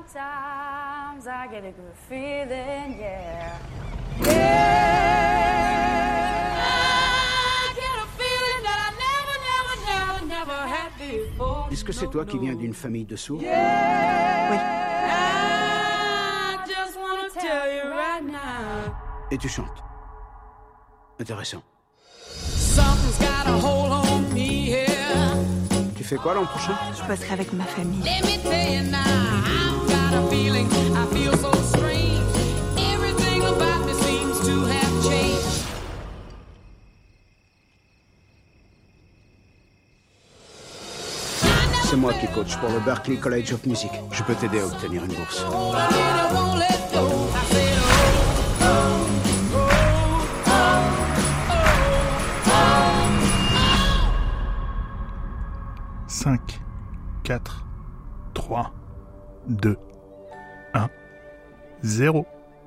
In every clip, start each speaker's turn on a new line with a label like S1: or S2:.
S1: Sometimes I get a good feeling, yeah. I get a feeling that I never had before.
S2: Est-ce que c'est toi qui viens d'une famille de sourds?
S1: Oui. I just wanna tell you right now.
S2: Et tu chantes. Intéressant.
S1: Something's got a hold on me here.
S2: Tu fais quoi l'an prochain?
S3: Je passerai avec ma famille.
S1: Let me tell you now, I've got a feeling, I feel so strange. Everything about me seems to have changed.
S2: C'est moi qui coach pour le Berklee College of Music. Je peux t'aider à obtenir une bourse.
S1: Hold on, I won't let go. I said, oh,
S4: 5, 4, 3, 2, 1, 0.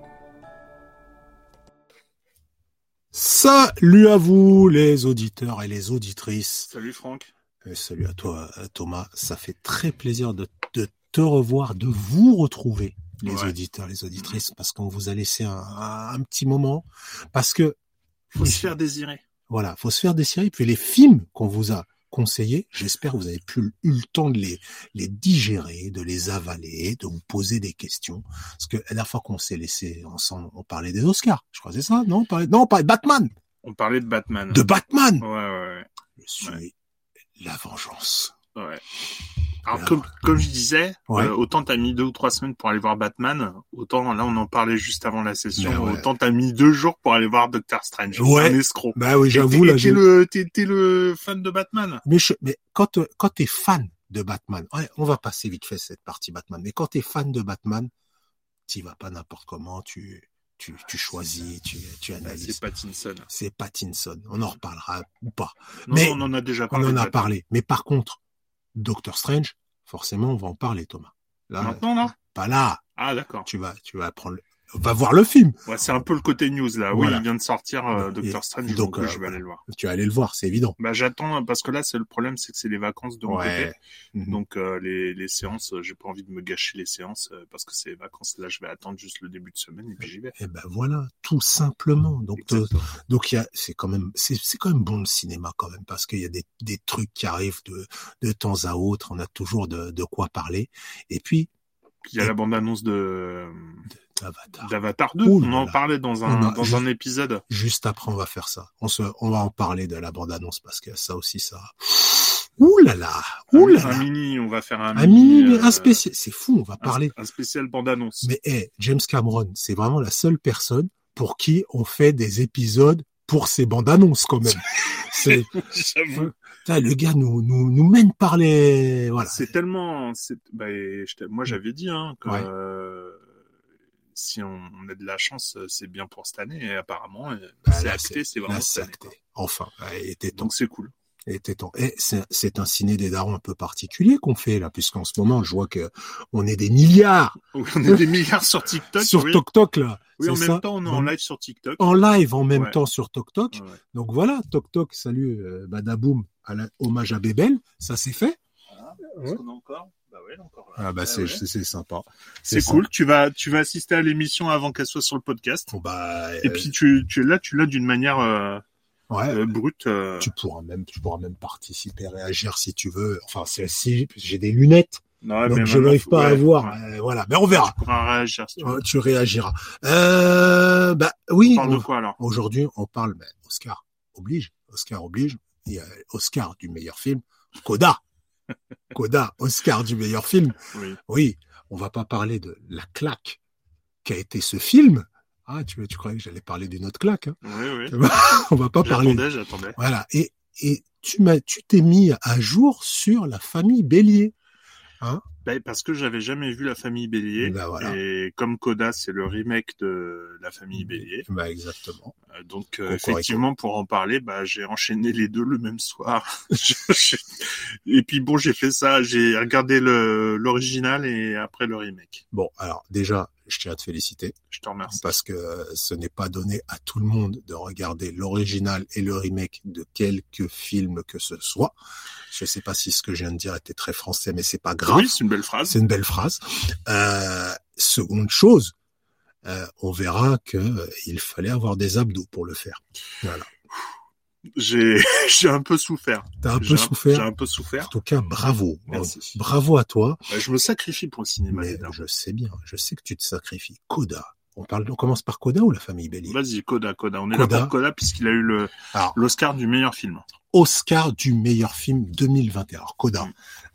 S5: Salut à vous les auditeurs et les auditrices.
S4: Salut Franck.
S5: Et salut à toi Thomas. Ça fait très plaisir de te revoir, de vous retrouver les auditeurs, les auditrices, parce qu'on vous a laissé un petit moment. Parce que
S4: faut se faire désirer.
S5: Voilà, faut se faire désirer. Puis les films qu'on vous a conseillés, j'espère que vous avez eu le temps de les digérer, de les avaler, de vous poser des questions. Parce que la dernière fois qu'on s'est laissé ensemble, on parlait des Oscars. Je crois que c'est ça, non? On parlait de Batman.
S4: On parlait de Batman.
S5: De Batman.
S4: Ouais.
S5: Je suis la vengeance.
S4: Ouais. Alors comme je disais, autant t'as mis 2 ou 3 semaines pour aller voir Batman, autant là on en parlait juste avant la session, autant t'as mis 2 jours pour aller voir Doctor Strange.
S5: Ouais.
S4: C'est un escroc.
S5: Bah oui, j'avoue là.
S4: T'es le fan de Batman.
S5: Mais quand t'es fan de Batman, on va passer vite fait cette partie Batman. Mais quand t'es fan de Batman, t'y vas pas n'importe comment, tu choisis, tu analyses. C'est Pattinson. On en reparlera ou pas.
S4: Mais on en a déjà parlé.
S5: On en a parlé. Mais par contre, Doctor Strange, forcément, on va en parler, Thomas. Là,
S4: maintenant, là?
S5: Pas là.
S4: Ah, d'accord.
S5: Tu vas prendre on va voir le film.
S4: Ouais, c'est un peu le côté news, là.
S5: Voilà.
S4: Oui, il vient de sortir, Doctor Strange, donc je vais aller le voir.
S5: Tu vas aller le voir, c'est évident.
S4: Bah, j'attends, parce que là, c'est le problème, c'est que c'est les vacances de mon côté.
S5: Mm-hmm.
S4: Donc, les séances, j'ai pas envie de me gâcher les séances, parce que c'est les vacances. Là, je vais attendre juste le début de semaine, et puis j'y vais.
S5: Et ben voilà, tout simplement. Donc c'est quand même bon le cinéma quand même, parce qu'il y a des trucs qui arrivent de temps à autre. On a toujours de quoi parler. Et puis
S4: il y a la bande-annonce d'Avatar 2.
S5: On
S4: en parlait dans un épisode.
S5: Juste après, on va faire ça. On va en parler de la bande-annonce, parce que ça aussi, ça. Ouh là là.
S4: On va faire un
S5: spécial. C'est fou, on va parler.
S4: Un spécial bande-annonce.
S5: Mais James Cameron, c'est vraiment la seule personne pour qui on fait des épisodes pour ses bandes-annonces quand même.
S4: J'avoue.
S5: Le gars nous mène par les, voilà.
S4: C'est tellement, moi j'avais dit, que, si on a de la chance, c'est bien pour cette année, et apparemment, c'est acté, c'est vraiment cette année.
S5: Enfin, il était temps.
S4: Donc c'est cool.
S5: Et c'est un ciné des darons un peu particulier qu'on fait, là, puisqu'en ce moment, je vois que on est des milliards.
S4: Oui, on est des milliards sur TikTok.
S5: Sur TokTok, là.
S4: Oui, en même temps, on est en live sur TikTok.
S5: En live, en même temps sur TokTok.
S4: Ouais.
S5: Donc voilà, TokTok, salut, badaboum, hommage à Bébel. Ça, c'est fait.
S4: Est-ce qu'on a encore? Bah ouais, encore.
S5: Ah bah c'est sympa.
S4: C'est cool. Tu vas assister à l'émission avant qu'elle soit sur le podcast.
S5: Et
S4: puis tu l'as d'une manière brute.
S5: Tu pourras même participer, réagir si tu veux. Enfin, si j'ai des lunettes.
S4: Non,
S5: donc je n'arrive pas à voir. Voilà, mais on verra.
S4: Tu pourras réagir si tu veux.
S5: Tu réagiras. Oui.
S4: On parle de quoi alors?
S5: Aujourd'hui, on parle Oscar oblige. Il y a Oscar du meilleur film. Coda, Oscar du meilleur film. Oui. On va pas parler de la claque qu'a été ce film. Ah, tu croyais que j'allais parler d'une autre claque, hein?
S4: Oui.
S5: On va pas parler.
S4: J'attendais.
S5: Voilà. Et tu t'es mis à jour sur la famille Bélier. Hein?
S4: Parce que j'avais jamais vu la famille Bélier.
S5: Voilà.
S4: Et comme Coda, c'est le remake de la famille Bélier.
S5: Exactement.
S4: Donc, effectivement, pour en parler, j'ai enchaîné les deux le même soir. Et puis bon, j'ai fait ça, j'ai regardé l'original et après le remake.
S5: Bon, alors, déjà, je tiens à te féliciter.
S4: Je te remercie.
S5: Parce que ce n'est pas donné à tout le monde de regarder l'original et le remake de quelque film que ce soit. Je sais pas si ce que je viens de dire était très français, mais c'est pas grave.
S4: Oui, c'est une belle phrase.
S5: C'est une belle phrase. Seconde chose, on verra que il fallait avoir des abdos pour le faire. Voilà.
S4: J'ai un peu souffert.
S5: T'as un peu souffert.
S4: J'ai un peu souffert.
S5: En tout cas, bravo.
S4: Merci.
S5: Bravo à toi.
S4: Je me sacrifie pour le cinéma.
S5: Mais je sais bien. Je sais que tu te sacrifies. Coda. On commence par Coda ou la famille Bélier?
S4: Vas-y, Coda. On est là pour Coda puisqu'il a eu l'Oscar du meilleur film.
S5: Oscar du meilleur film 2021. Alors, Coda.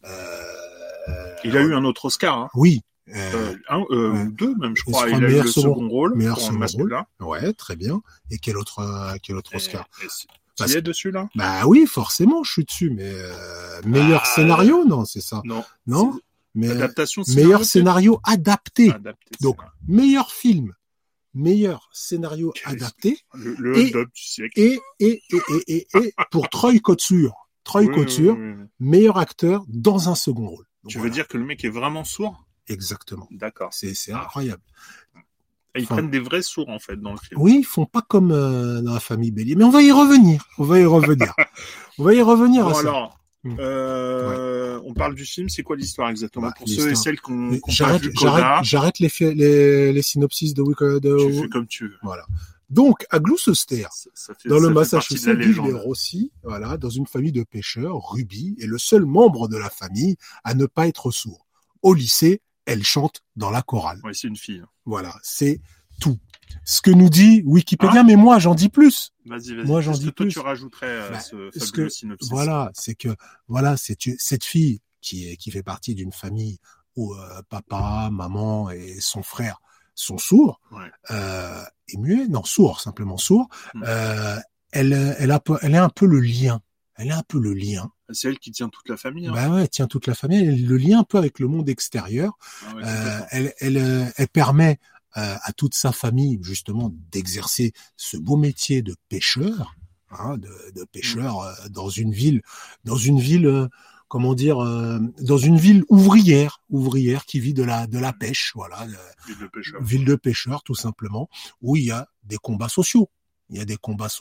S4: Il a eu un autre Oscar, hein.
S5: Oui.
S4: Deux même, je crois. Il a eu le second rôle.
S5: Meilleur second rôle. Ouais, très bien. Et quel autre Oscar?
S4: Tu es dessus, là?
S5: Bah oui, forcément, je suis dessus, mais meilleur scénario, non, c'est ça? Non? Mais
S4: adaptation,
S5: meilleur scénario adapté. Donc,
S4: ça.
S5: meilleur film, meilleur scénario adapté.
S4: Le hold-up du siècle.
S5: Et pour Troy Kotsur. Meilleur acteur dans un second rôle. Donc,
S4: tu veux dire que le mec est vraiment sourd?
S5: Exactement.
S4: D'accord.
S5: C'est incroyable.
S4: Ils prennent des vrais sourds, en fait, dans le film.
S5: Oui, ils font pas comme dans la famille Bélier. Mais on va y revenir. On va y revenir
S4: Bon,
S5: à ça.
S4: alors, on parle du film. C'est quoi l'histoire exactement? Pour ceux et celles qui ont pas vu Coda.
S5: J'arrête les synopsis de
S4: Tu fais comme tu veux.
S5: Voilà. Donc, à Gloucester, dans le Massachusetts, vivent les Rossi, voilà, dans une famille de pêcheurs. Ruby est le seul membre de la famille à ne pas être sourd. Au lycée, elle chante dans la chorale.
S4: Ouais, c'est une fille.
S5: Voilà, c'est tout. Ce que nous dit Wikipédia, mais moi j'en dis plus.
S4: Vas-y.
S5: Moi j'en dis
S4: plus.
S5: Toi
S4: tu rajouterais ce fabuleux synopsis.
S5: Voilà, c'est cette fille qui fait partie d'une famille où papa, maman et son frère sont sourds, et muets, non sourds, simplement sourds. Elle est un peu le lien.
S4: C'est elle qui tient toute la famille. Hein.
S5: Bah ouais, elle tient toute la famille. Elle le lien un peu avec le monde extérieur. Elle permet à toute sa famille justement d'exercer ce beau métier de pêcheur, de pêcheur dans une ville, comment dire, dans une ville ouvrière qui vit de la pêche, voilà, ville de pêcheurs tout simplement, où il y a des combats sociaux. Il y a le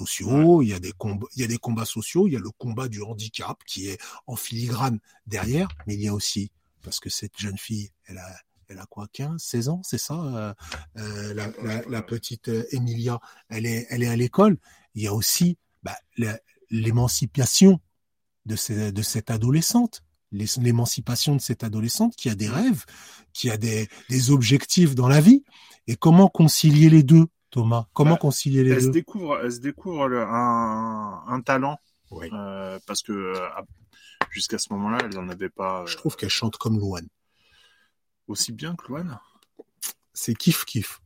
S5: combat du handicap qui est en filigrane derrière, mais il y a aussi, parce que cette jeune fille, elle a quoi, 15, 16 ans, c'est ça, la petite Emilia, elle est à l'école. Il y a aussi, l'émancipation de cette adolescente. L'émancipation de cette adolescente qui a des rêves, qui a des objectifs dans la vie. Et comment concilier les deux? Thomas, comment concilier les deux?
S4: Elle se découvre un talent, parce que jusqu'à ce moment-là, elle n'en avait pas.
S5: Je trouve qu'elle chante comme Louane.
S4: Aussi bien que Louane.
S5: C'est kiff.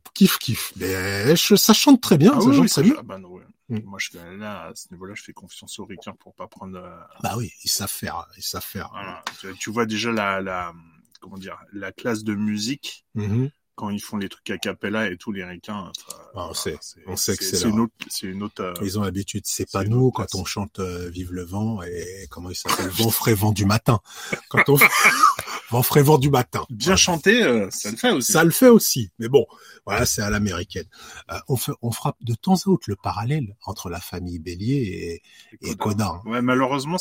S5: Mais ça chante très bien. Très bien.
S4: Moi, à ce niveau-là, je fais confiance aux ricains pour pas prendre.
S5: Bah oui, ils savent faire.
S4: Voilà. Tu vois déjà la classe de musique. Mm-hmm. Quand ils font les trucs a cappella et tous les ricains,
S5: on sait que c'est
S4: une autre.
S5: Ils ont l'habitude. C'est pas nous quand on chante Vive le vent et comment il s'appelle, Vent frais vent du matin. Quand on Vent frais vent du matin.
S4: Bien chanté, ça le fait aussi.
S5: Ça le fait aussi. Mais bon, voilà, c'est à l'américaine. On frappe de temps à autre le parallèle entre la famille Bélier et Coda.
S4: Ouais, malheureusement,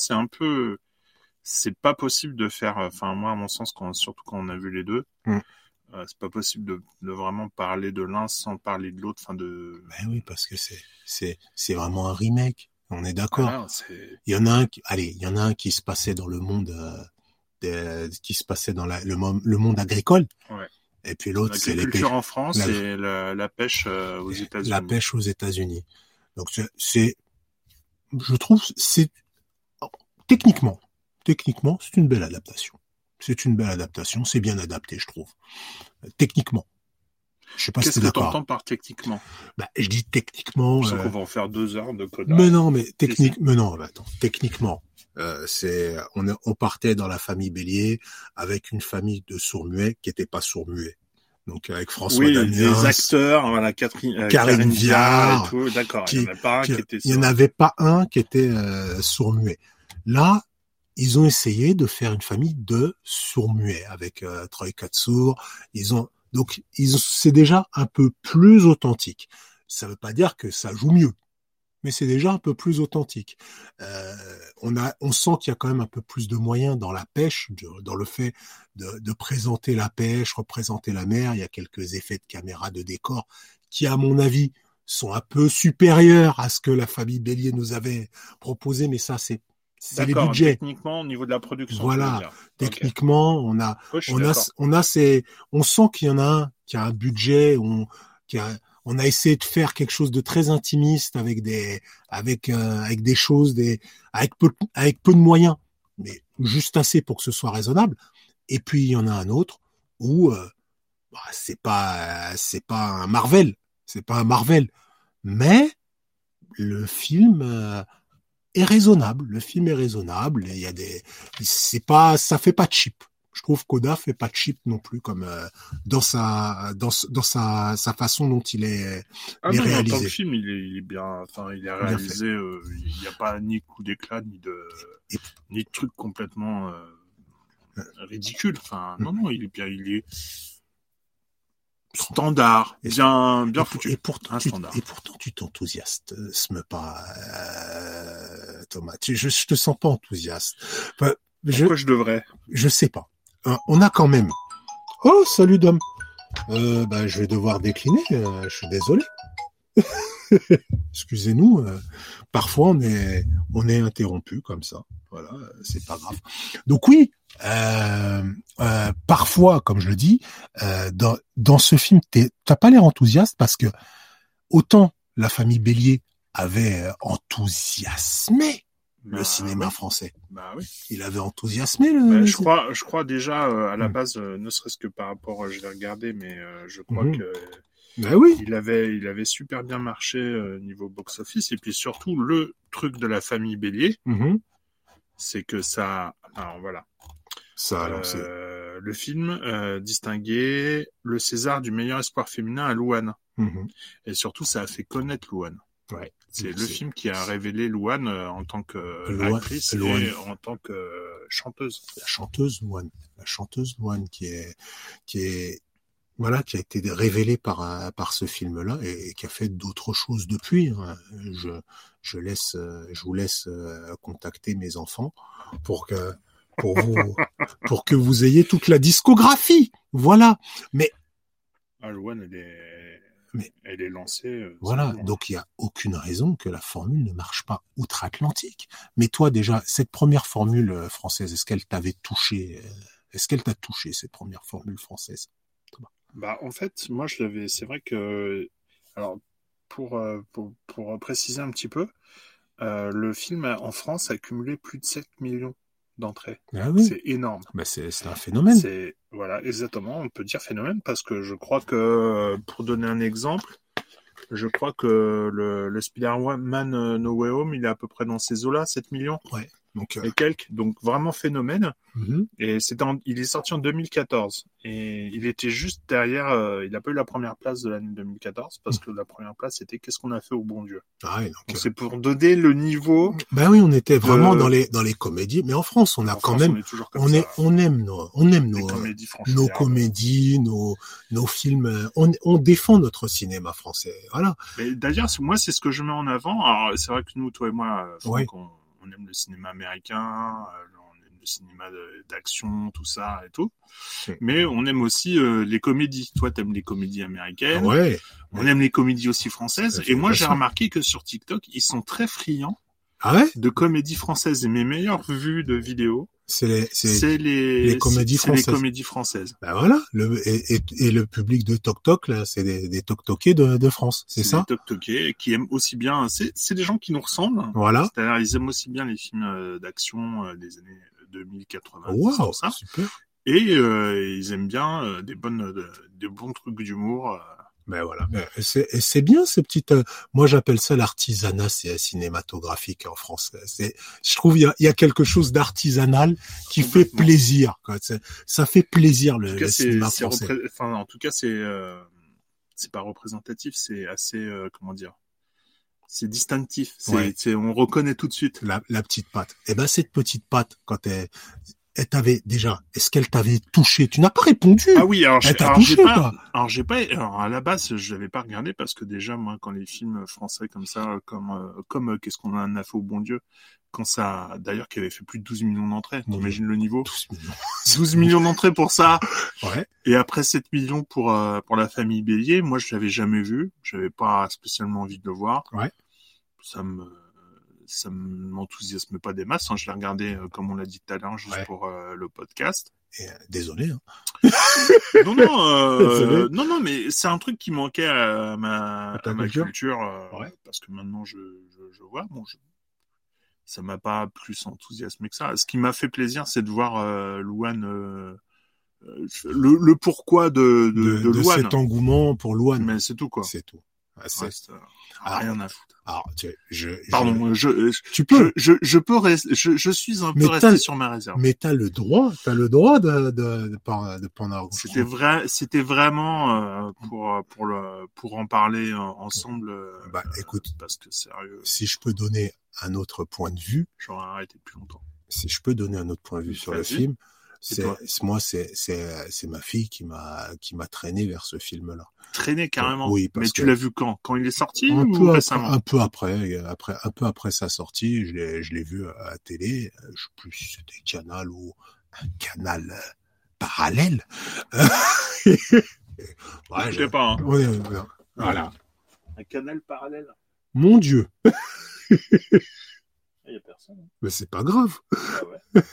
S4: c'est pas possible de faire. Enfin, moi, à mon sens, surtout quand on a vu les deux. C'est pas possible de vraiment parler de l'un sans parler de l'autre. Ben
S5: oui, parce que c'est vraiment un remake. On est d'accord. Il y en a un qui se passait dans le monde, qui se passait dans le monde agricole. Ouais. Et puis l'autre, c'est
S4: l'agriculture en France et la pêche aux États-Unis.
S5: La pêche aux États-Unis. Donc je trouve, techniquement, c'est une belle adaptation. C'est bien adapté, je trouve. Techniquement. Je sais pas si t'es d'accord.
S4: Qu'est-ce que t'entends par techniquement?
S5: Je dis techniquement.
S4: Je sais qu'on va en faire 2 heures de Coda.
S5: Mais non, techniquement. On partait dans la famille Bélier avec une famille de sourds-muets qui n'étaient pas sourds-muets. Donc avec François Damiens,
S4: des acteurs, voilà,
S5: Karine Viard
S4: et tout. D'accord. Il
S5: n'y en avait pas un qui était sourd-muet. Là, ils ont essayé de faire une famille de sourds-muets avec Troy Kotsur. Ils ont Donc c'est déjà un peu plus authentique. Ça veut pas dire que ça joue mieux, mais c'est déjà un peu plus authentique. On sent qu'il y a quand même un peu plus de moyens dans la pêche, dans le fait de présenter la pêche, représenter la mer. Il y a quelques effets de caméra, de décor qui, à mon avis, sont un peu supérieurs à ce que la famille Bélier nous avait proposé, mais ça, c'est les budgets.
S4: Techniquement, au niveau de la production.
S5: Voilà. Techniquement, okay. On sent qu'il y en a un qui a un budget, on a essayé de faire quelque chose de très intimiste avec des choses, avec peu de moyens, mais juste assez pour que ce soit raisonnable. Et puis il y en a un autre où c'est pas un Marvel, mais le film est raisonnable. Le film est raisonnable. Et il y a ça fait pas cheap. Je trouve qu'Oda fait pas cheap non plus, comme dans sa façon dont il est réalisé.
S4: En tant que film, il est bien. Enfin, il est réalisé. Il n'y a pas ni coup d'éclat ni de truc complètement ridicule. Enfin, non, il est bien. Il est standard, bien foutu.
S5: Et pourtant, tu t'enthousiasmes pas, Thomas. Je te sens pas enthousiaste.
S4: Enfin, pourquoi je devrais?
S5: Je sais pas. On a quand même. Oh, salut Dom. Je vais devoir décliner. Je suis désolé. Excusez-nous. Parfois on est interrompu comme ça. Voilà, c'est pas grave. Donc oui. Parfois, comme je le dis, dans ce film, t'as pas l'air enthousiaste parce que autant la famille Bélier avait enthousiasmé le cinéma français.
S4: Bah oui.
S5: Il avait enthousiasmé
S4: je crois déjà à la base, ne serait-ce que par rapport, je l'ai regardé, mais je crois que
S5: oui.
S4: il avait super bien marché niveau box-office, et puis surtout le truc de la famille Bélier, c'est que ça, alors voilà.
S5: Ça a lancé.
S4: Le film distinguait le César du meilleur espoir féminin à Louane. Et surtout, ça a fait connaître Louane.
S5: Ouais.
S4: C'est le film qui a révélé Louane en tant qu'actrice et en tant que chanteuse.
S5: La chanteuse Louane qui a été révélée par ce film-là et qui a fait d'autres choses depuis. Je vous laisse contacter mes enfants pour que vous ayez toute la discographie. Voilà. Mais
S4: Louane, elle est lancée.
S5: Voilà. Donc il y a aucune raison que la formule ne marche pas outre-Atlantique. Mais toi déjà, cette première formule française, est-ce qu'elle t'avait touché? Est-ce qu'elle t'a touché, cette première formule française?
S4: En fait, moi je l'avais. C'est vrai que, alors pour préciser un petit peu, le film en France a cumulé plus de 7 millions d'entrées.
S5: Ah oui.
S4: C'est énorme.
S5: C'est un phénomène.
S4: Voilà, exactement, on peut dire phénomène, parce que je crois que, pour donner un exemple, je crois que le Spider-Man No Way Home, il est à peu près dans ces eaux-là, 7 millions.
S5: Ouais.
S4: Et quelques. Donc vraiment phénomène. Et il est sorti en 2014. Et il était juste derrière, il n'a pas eu la première place de l'année 2014, parce que la première place, c'était Qu'est-ce qu'on a fait au bon Dieu. Donc c'est pour donner le niveau.
S5: Ben oui, on était vraiment dans les comédies, mais en France, on a quand même, on aime nos comédies, nos films, on défend notre cinéma français. Voilà.
S4: Mais d'ailleurs, moi, c'est ce que je mets en avant. Alors, c'est vrai que nous, toi et moi, Franck, on aime le cinéma américain, on aime le cinéma d'action, tout ça et tout. Mais on aime aussi les comédies. Toi, t'aimes les comédies américaines.
S5: Ouais.
S4: On aime les comédies aussi françaises. Et moi, j'ai remarqué que sur TikTok, ils sont très friands de comédies françaises. Et mes meilleures vues de vidéos, c'est les comédies françaises. C'est les comédies françaises.
S5: Ben voilà. Et le public de Tok Tok, là, c'est des Toktokés de France. C'est ça?
S4: Des Toktokés qui aiment aussi bien, c'est des gens qui nous ressemblent.
S5: Voilà.
S4: C'est-à-dire, ils aiment aussi bien les films d'action des années 2080.
S5: Wow, super.
S4: Et ils aiment bien des bons trucs d'humour.
S5: Ben voilà. C'est bien ces petites. Moi, j'appelle ça l'artisanat cinématographique en France. Je trouve il y a quelque chose d'artisanal qui fait plaisir. Quoi. Ça fait plaisir le cinéma français.
S4: En tout cas, c'est pas représentatif. C'est assez comment dire. C'est distinctif. On reconnaît tout de suite
S5: la petite patte. Et ben cette petite patte, quand est-ce qu'elle t'avait touché? Tu n'as pas répondu.
S4: Ah oui, alors
S5: Elle t'a touché, toi.
S4: Alors à la base, je l'avais pas regardé parce que déjà moi, quand les films français comme ça, comme qu'est-ce qu'on en a fait au bon Dieu, quand ça, d'ailleurs, qui avait fait plus de 12 millions d'entrées, t'imagines le niveau?
S5: 12 millions.
S4: 12 millions d'entrées pour ça.
S5: Ouais.
S4: Et après 7 millions pour la famille Bélier, moi je l'avais jamais vu, j'avais pas spécialement envie de le voir.
S5: Ouais.
S4: Ça m'enthousiasme pas des masses, hein. Je l'ai regardé, comme on l'a dit tout à l'heure, juste pour le podcast.
S5: Et, désolé. Hein.
S4: Non, mais c'est un truc qui manquait à ma culture, parce que maintenant je vois. Bon, ça m'a pas plus enthousiasmé que ça. Ce qui m'a fait plaisir, c'est de voir Louane, le pourquoi de Louane.
S5: Cet engouement pour Louane.
S4: Mais c'est tout, quoi.
S5: C'est tout.
S4: Rien à foutre.
S5: Alors,
S4: pardon,
S5: tu peux.
S4: Je suis un peu resté sur ma réserve.
S5: Mais t'as le droit de prendre.
S4: C'était vraiment pour en parler ensemble.
S5: Écoute,
S4: parce que sérieux.
S5: Si je peux donner un autre point de vue,
S4: j'aurais arrêté depuis longtemps.
S5: Si je peux donner un autre point de vue sur le film, c'est ma fille qui m'a traîné vers ce film-là.
S4: Traîné carrément.
S5: Oui,
S4: mais tu l'as vu quand il est sorti
S5: ou
S4: récemment?
S5: Un peu après sa sortie, je l'ai vu à la télé. Je sais plus si c'était Canal ou un canal parallèle.
S4: Je sais pas. Hein.
S5: Oui, voilà.
S4: Un canal parallèle.
S5: Mon Dieu.
S4: Il y a personne.
S5: Mais c'est pas grave.
S4: Ah ouais.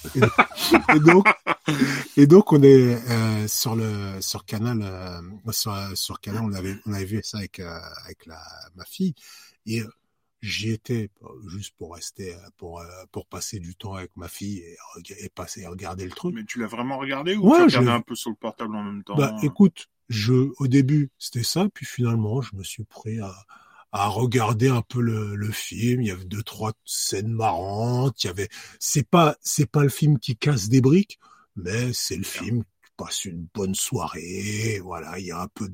S5: Et donc on est sur Canal sur Canal, on avait vu ça avec ma fille, et j'y étais juste pour rester pour passer du temps avec ma fille et regarder le truc.
S4: Mais tu l'as vraiment regardé ou tu regardais un peu sur le portable en même temps?
S5: Écoute, au début c'était ça, puis finalement je me suis pris à regarder un peu le film. Il y avait 2-3 scènes marrantes. C'est pas le film qui casse des briques, mais c'est le film qui passe une bonne soirée. Voilà, il y a un peu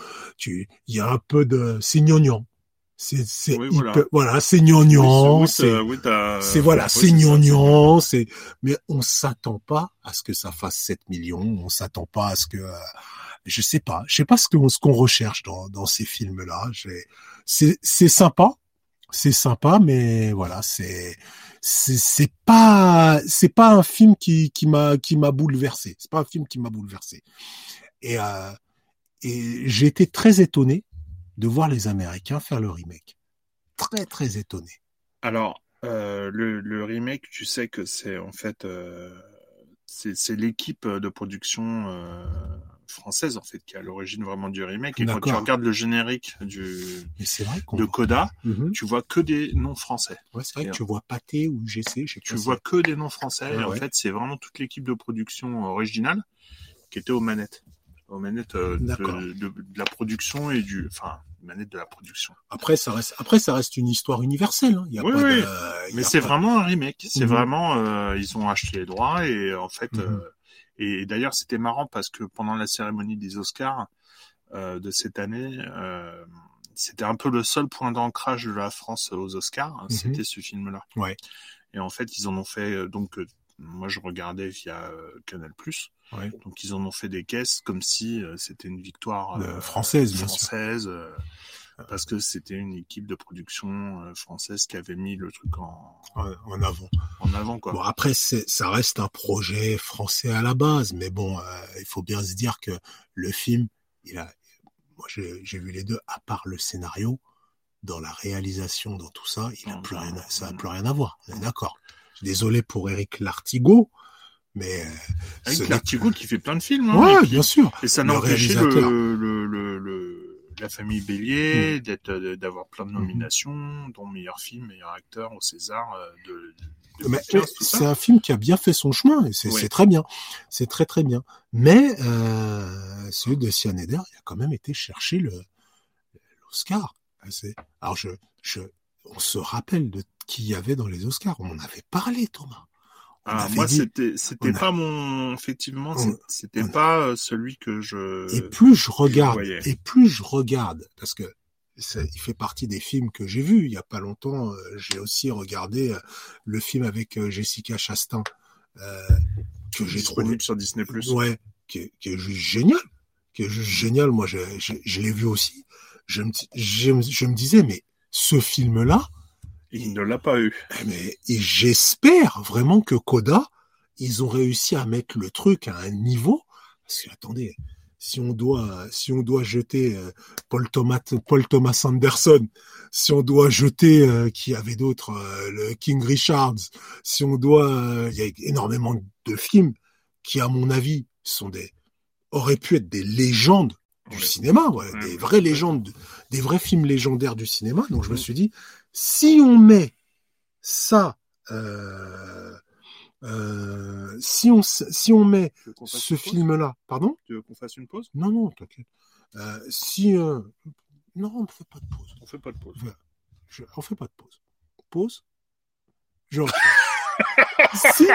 S5: de, c'est gnangnan. Voilà, c'est gnangnan. C'est gnangnan. Mais on s'attend pas à ce que ça fasse 7 millions. On s'attend pas à ce que, je sais pas ce qu'on recherche dans ces films-là. C'est sympa, mais voilà, c'est pas un film qui m'a bouleversé. C'est pas un film qui m'a bouleversé. Et j'ai été très étonné de voir les Américains faire le remake. Très très étonné.
S4: Alors le remake, tu sais que c'est en fait c'est l'équipe de production française en fait qui est à l'origine vraiment du remake. Et quand tu regardes le générique de Coda, tu vois que des noms français.
S5: Ouais, c'est vrai que tu vois Pathé ou GC.
S4: Tu vois que des noms français. Et en fait, c'est vraiment toute l'équipe de production originale qui était aux manettes de la production et manette de la production.
S5: Après, ça reste une histoire universelle. Hein.
S4: Mais c'est vraiment un remake. C'est vraiment, ils ont acheté les droits et en fait. Et d'ailleurs, c'était marrant parce que pendant la cérémonie des Oscars de cette année, c'était un peu le seul point d'ancrage de la France aux Oscars. Hein, c'était ce film-là.
S5: Ouais.
S4: Et en fait, ils en ont fait moi, je regardais via Canal+.
S5: Ouais.
S4: Donc, ils en ont fait des caisses comme si c'était une victoire
S5: française,
S4: parce que c'était une équipe de production française qui avait mis le truc en
S5: avant.
S4: En avant, quoi.
S5: Bon, après, ça reste un projet français à la base, mais bon, il faut bien se dire que le film, moi, j'ai vu les deux, à part le scénario, dans la réalisation, dans tout ça, ça n'a plus rien à voir. On est d'accord. Désolé pour Éric Lartigot, mais
S4: Éric Lartigot qui fait plein de films.
S5: Hein, bien sûr.
S4: Et ça n'a empêché la famille Bélier d'avoir plein de nominations, dont meilleur film, meilleur acteur au César de 2015, tout ça.
S5: C'est un film qui a bien fait son chemin, et c'est très bien. C'est très très bien. Mais celui de Cian-Heder, il a quand même été chercher l'Oscar. Alors on se rappelle de qui il y avait dans les Oscars. On en avait parlé, Thomas.
S4: Moi, c'était pas c'était pas celui que je.
S5: Et plus je regarde, parce que il fait partie des films que j'ai vus. Il y a pas longtemps, j'ai aussi regardé le film avec Jessica Chastain, que j'ai trouvé
S4: disponible sur Disney+.
S5: Ouais, qui est juste génial. Moi, je l'ai vu aussi. Je me disais, mais ce film-là,
S4: il ne l'a pas eu.
S5: Mais et j'espère vraiment que Coda, ils ont réussi à mettre le truc à un niveau. Parce que attendez, si on doit jeter Paul Thomas Anderson, si on doit jeter qui y avait d'autres, le King Richards, si on doit, il y a énormément de films qui, à mon avis, auraient pu être des légendes du cinéma, des vraies légendes, des vrais films légendaires du cinéma. Donc je me suis dit, si on met ça, si on met ce film-là, pardon?
S4: Tu veux qu'on fasse une pause?
S5: Non, t'inquiète. Non, on ne fait pas de pause.
S4: On fait pas de pause.
S5: On fait pas de pause. Pause. Je reprends. Si.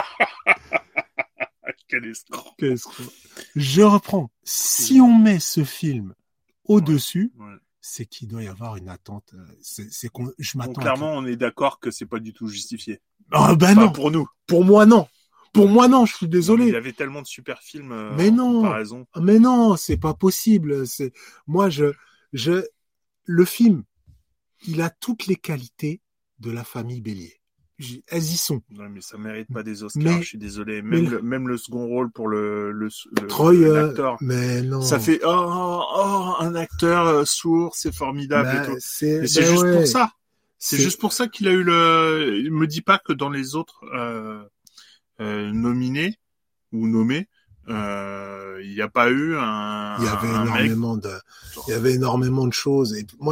S4: Quel escroc.
S5: Je reprends. Si on met ce film au-dessus, c'est qu'il doit y avoir une attente. Je m'attends.
S4: Donc, clairement, on est d'accord que c'est pas du tout justifié.
S5: Ah ben non.
S4: Pour nous.
S5: Pour moi non. Je suis désolé.
S4: Il y avait tellement de super films.
S5: Mais non.
S4: Comparaison.
S5: Mais non, c'est pas possible. Moi le film, il a toutes les qualités de la famille Bélier. Elles y sont.
S4: Non, mais ça mérite pas des Oscars, je suis désolé. Même le second rôle pour
S5: Troy,
S4: l'acteur.
S5: Mais non.
S4: Ça fait, un acteur sourd, c'est formidable et tout.
S5: C'est
S4: juste pour ça. C'est juste pour ça qu'il a eu il me dit pas que dans les autres, nominés ou nommés, il n'y a pas eu il
S5: y avait énormément de choses. Et moi,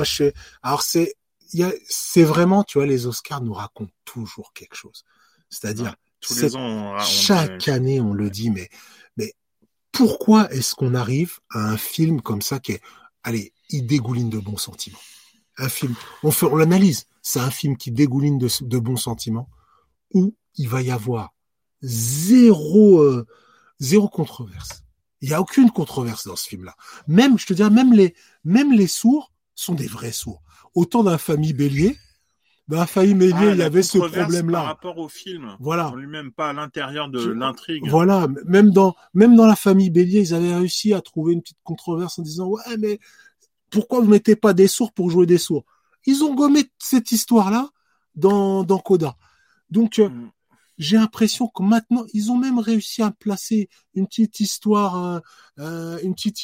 S5: c'est vraiment, tu vois, les Oscars nous racontent toujours quelque chose. C'est-à-dire,
S4: tous les ans,
S5: chaque année, on le dit, mais pourquoi est-ce qu'on arrive à un film comme ça il dégouline de bons sentiments. Un film, on l'analyse. C'est un film qui dégouline de bons sentiments où il va y avoir zéro controverse. Il y a aucune controverse dans ce film-là. Même, je te dis, même les sourds sont des vrais sourds. Autant dans la famille Bélier, il y avait ce problème-là.
S4: Par rapport au film.
S5: Voilà.
S4: En lui-même, pas à l'intérieur de l'intrigue.
S5: Voilà. Même dans la famille Bélier, ils avaient réussi à trouver une petite controverse en disant, ouais, mais pourquoi vous mettez pas des sourds pour jouer des sourds? Ils ont gommé cette histoire-là dans Coda. Donc, j'ai l'impression que maintenant, ils ont même réussi à placer une petite histoire, je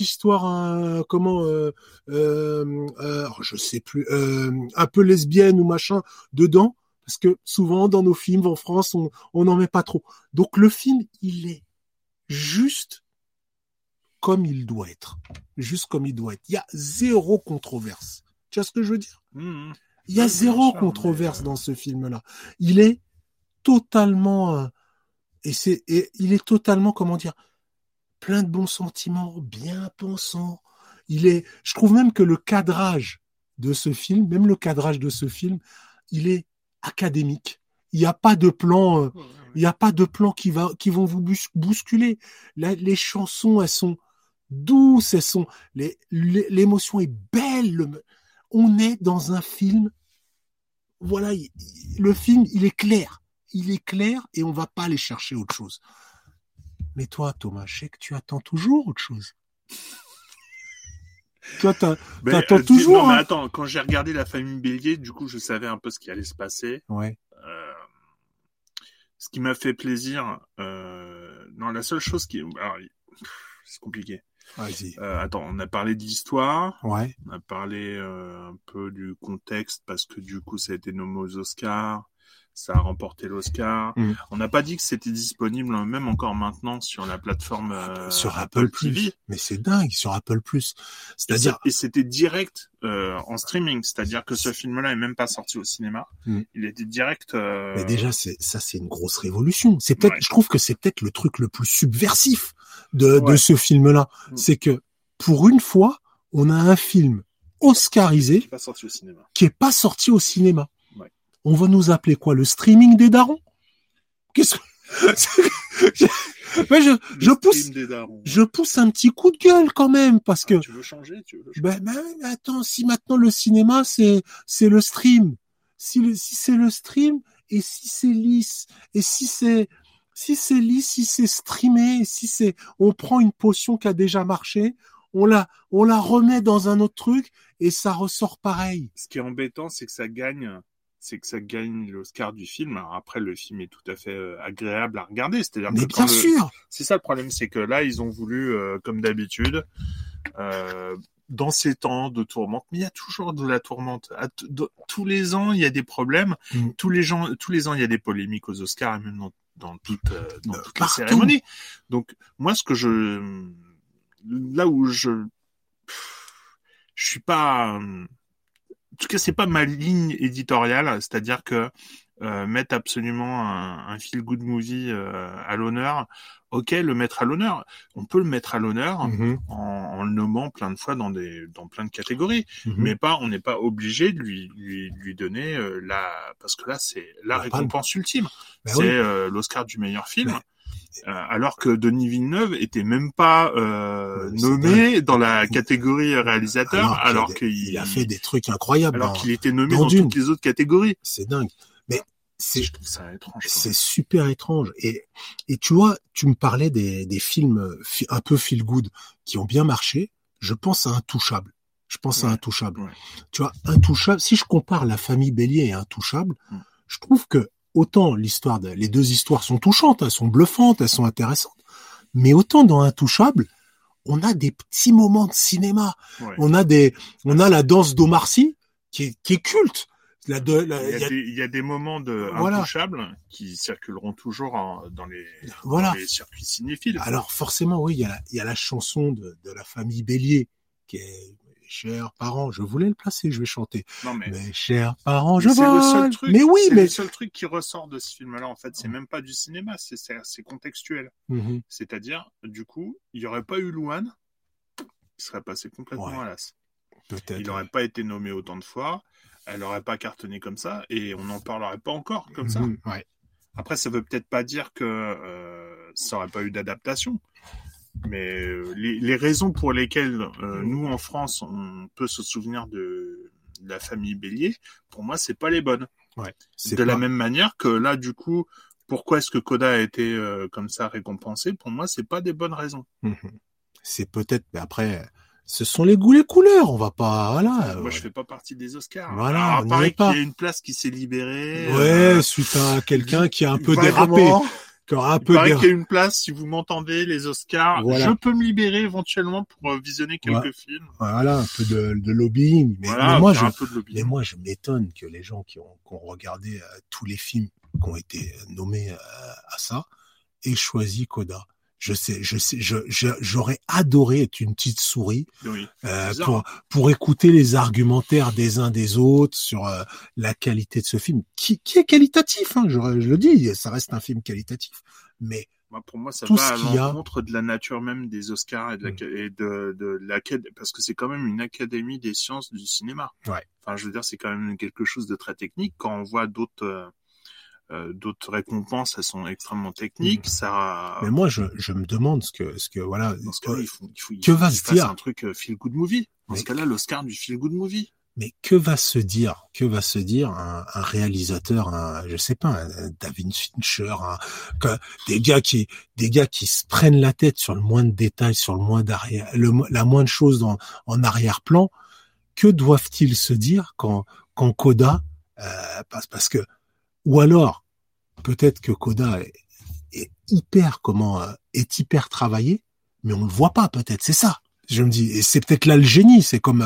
S5: sais plus, un peu lesbienne ou machin dedans, parce que souvent dans nos films en France, on n'en met pas trop. Donc le film, il est juste comme il doit être. Juste comme il doit être. Il y a zéro controverse. Tu vois ce que je veux dire? Il y a zéro controverse dans ce film-là. Il est totalement il est totalement, comment dire, plein de bons sentiments, bien pensant. Je trouve même que le cadrage de ce film, il est académique. Il n'y a pas de plan, qui vont vous bousculer. Là, les chansons, elles sont douces, l'émotion est belle. On est dans un film. Voilà, le film, il est clair. Il est clair et on va pas aller chercher autre chose. Mais toi, Thomas, je sais que tu attends toujours autre chose. Toi, t'attends toujours.
S4: Non, mais attends, quand j'ai regardé La famille Bélier, du coup, je savais un peu ce qui allait se passer.
S5: Ouais.
S4: Ce qui m'a fait plaisir, la seule chose c'est compliqué.
S5: Vas-y.
S4: Attends, on a parlé de l'histoire.
S5: Ouais.
S4: On a parlé un peu du contexte parce que du coup, ça a été nommé aux Oscars. Ça a remporté l'Oscar. On n'a pas dit que c'était disponible, même encore maintenant, sur la plateforme
S5: sur Apple TV. Mais c'est dingue, sur Apple Plus. C'est-à-dire...
S4: Et c'était direct en streaming, c'est-à-dire que ce film-là est même pas sorti au cinéma. Il était direct.
S5: Mais déjà, c'est une grosse révolution. C'est peut-être, je trouve que c'est peut-être le truc le plus subversif de ce film-là. C'est que pour une fois, on a un film oscarisé
S4: qui
S5: est pas sorti au cinéma. On va nous appeler quoi? Le streaming des darons? Qu'est-ce que... je pousse un petit coup de gueule quand même, parce que...
S4: Tu veux changer?
S5: Attends, si maintenant le cinéma, c'est le stream. Si c'est le stream, et si c'est lisse, et si c'est Si c'est lisse, si c'est streamé, on prend une potion qui a déjà marché, on la remet dans un autre truc et ça ressort pareil.
S4: Ce qui est embêtant, c'est que ça gagne l'Oscar du film. Alors après, le film est tout à fait agréable à regarder. C'est-à-dire
S5: mais
S4: que
S5: bien sûr.
S4: C'est ça le problème, c'est que là, ils ont voulu, comme d'habitude, dans ces temps de tourmente, mais il y a toujours de la tourmente. Tous les ans, il y a des problèmes. Tous les ans, il y a des polémiques aux Oscars, et même dans toutes les cérémonies. Donc, moi, là où je suis pas, en tout cas, c'est pas ma ligne éditoriale, c'est-à-dire que mettre absolument un feel-good movie à l'honneur. Ok, le mettre à l'honneur. On peut le mettre à l'honneur en le nommant plein de fois dans plein de catégories, mais on n'est pas obligé de lui donner parce que là c'est la récompense ultime. C'est l'Oscar du meilleur film. Alors que Denis Villeneuve était même pas nommé dans la catégorie réalisateur, alors qu'il
S5: a fait des trucs incroyables.
S4: Alors qu'il était nommé dans toutes les autres catégories.
S5: C'est dingue. Mais
S4: je trouve ça étrange.
S5: C'est super étrange. Et tu vois, tu me parlais des films un peu feel good qui ont bien marché. Je pense à Intouchable. Ouais. Tu vois, Intouchable. Si je compare La Famille Bélier et Intouchable, je trouve que autant les deux histoires sont touchantes, elles sont bluffantes, elles sont intéressantes. Mais autant dans Intouchable, on a des petits moments de cinéma. Ouais. On a la danse d'Omar Sy qui est culte. Il
S4: y a des moments intouchables qui circuleront toujours dans les circuits cinéphiles.
S5: Alors forcément, oui, il y a la chanson de La Famille Bélier qui est chers parents, je voulais le placer, je vais chanter. Non, mais mes chers parents, je vole.
S4: C'est le seul truc. Mais oui, c'est le seul truc qui ressort de ce film-là. En fait, c'est même pas du cinéma, c'est contextuel. C'est-à-dire, du coup, il y aurait pas eu Louane, il serait passé complètement à l'as.
S5: Peut-être.
S4: Il n'aurait pas été nommé autant de fois. Elle n'aurait pas cartonné comme ça et on n'en parlerait pas encore comme ça.
S5: Ouais.
S4: Après, ça veut peut-être pas dire que ça n'aurait pas eu d'adaptation. Mais les raisons pour lesquelles nous, en France, on peut se souvenir de La Famille Bélier, pour moi, c'est pas les bonnes.
S5: Ouais,
S4: la même manière que là, du coup, pourquoi est-ce que Coda a été comme ça récompensé? Pour moi, c'est pas des bonnes raisons.
S5: C'est peut-être, mais après... Ce sont les goûts, les couleurs. On va pas, voilà.
S4: Moi, je fais pas partie des Oscars.
S5: Voilà.
S4: Alors, pareil qu'il y a une place qui s'est libérée.
S5: Ouais, suite à quelqu'un qui a un peu dérapé.
S4: Il paraît qu'il y a une place, si vous m'entendez, les Oscars. Voilà. Je peux me libérer éventuellement pour visionner quelques films.
S5: Voilà, un peu de lobbying. Mais moi, je m'étonne que les gens qui ont regardé tous les films qui ont été nommés à ça aient choisi Coda. Je sais, j'aurais adoré être une petite souris pour écouter les argumentaires des uns des autres sur la qualité de ce film, qui est qualitatif. Je le dis, ça reste un film qualitatif. Mais
S4: pour moi, ça va à l'encontre de la nature même des Oscars et de l'académie, parce que c'est quand même une académie des sciences du cinéma.
S5: Ouais.
S4: Enfin, je veux dire, c'est quand même quelque chose de très technique. Quand on voit d'autres récompenses, elles sont extrêmement techniques. Ça.
S5: Mais moi, je me demande ce que voilà.
S4: Dans ce cas-là,
S5: que va se dire
S4: un truc feel good movie. Dans ce cas-là, l'Oscar du feel good movie.
S5: Mais que va se dire un réalisateur, je sais pas, un David Fincher, des gars qui se prennent la tête sur le moins de détails, sur le moins d'arrière, la moindre chose en arrière-plan. Que doivent-ils se dire quand Coda parce que, ou alors peut-être que Coda est hyper travaillé, mais on le voit pas peut-être, c'est ça. Je me dis, et c'est peut-être là le génie, c'est comme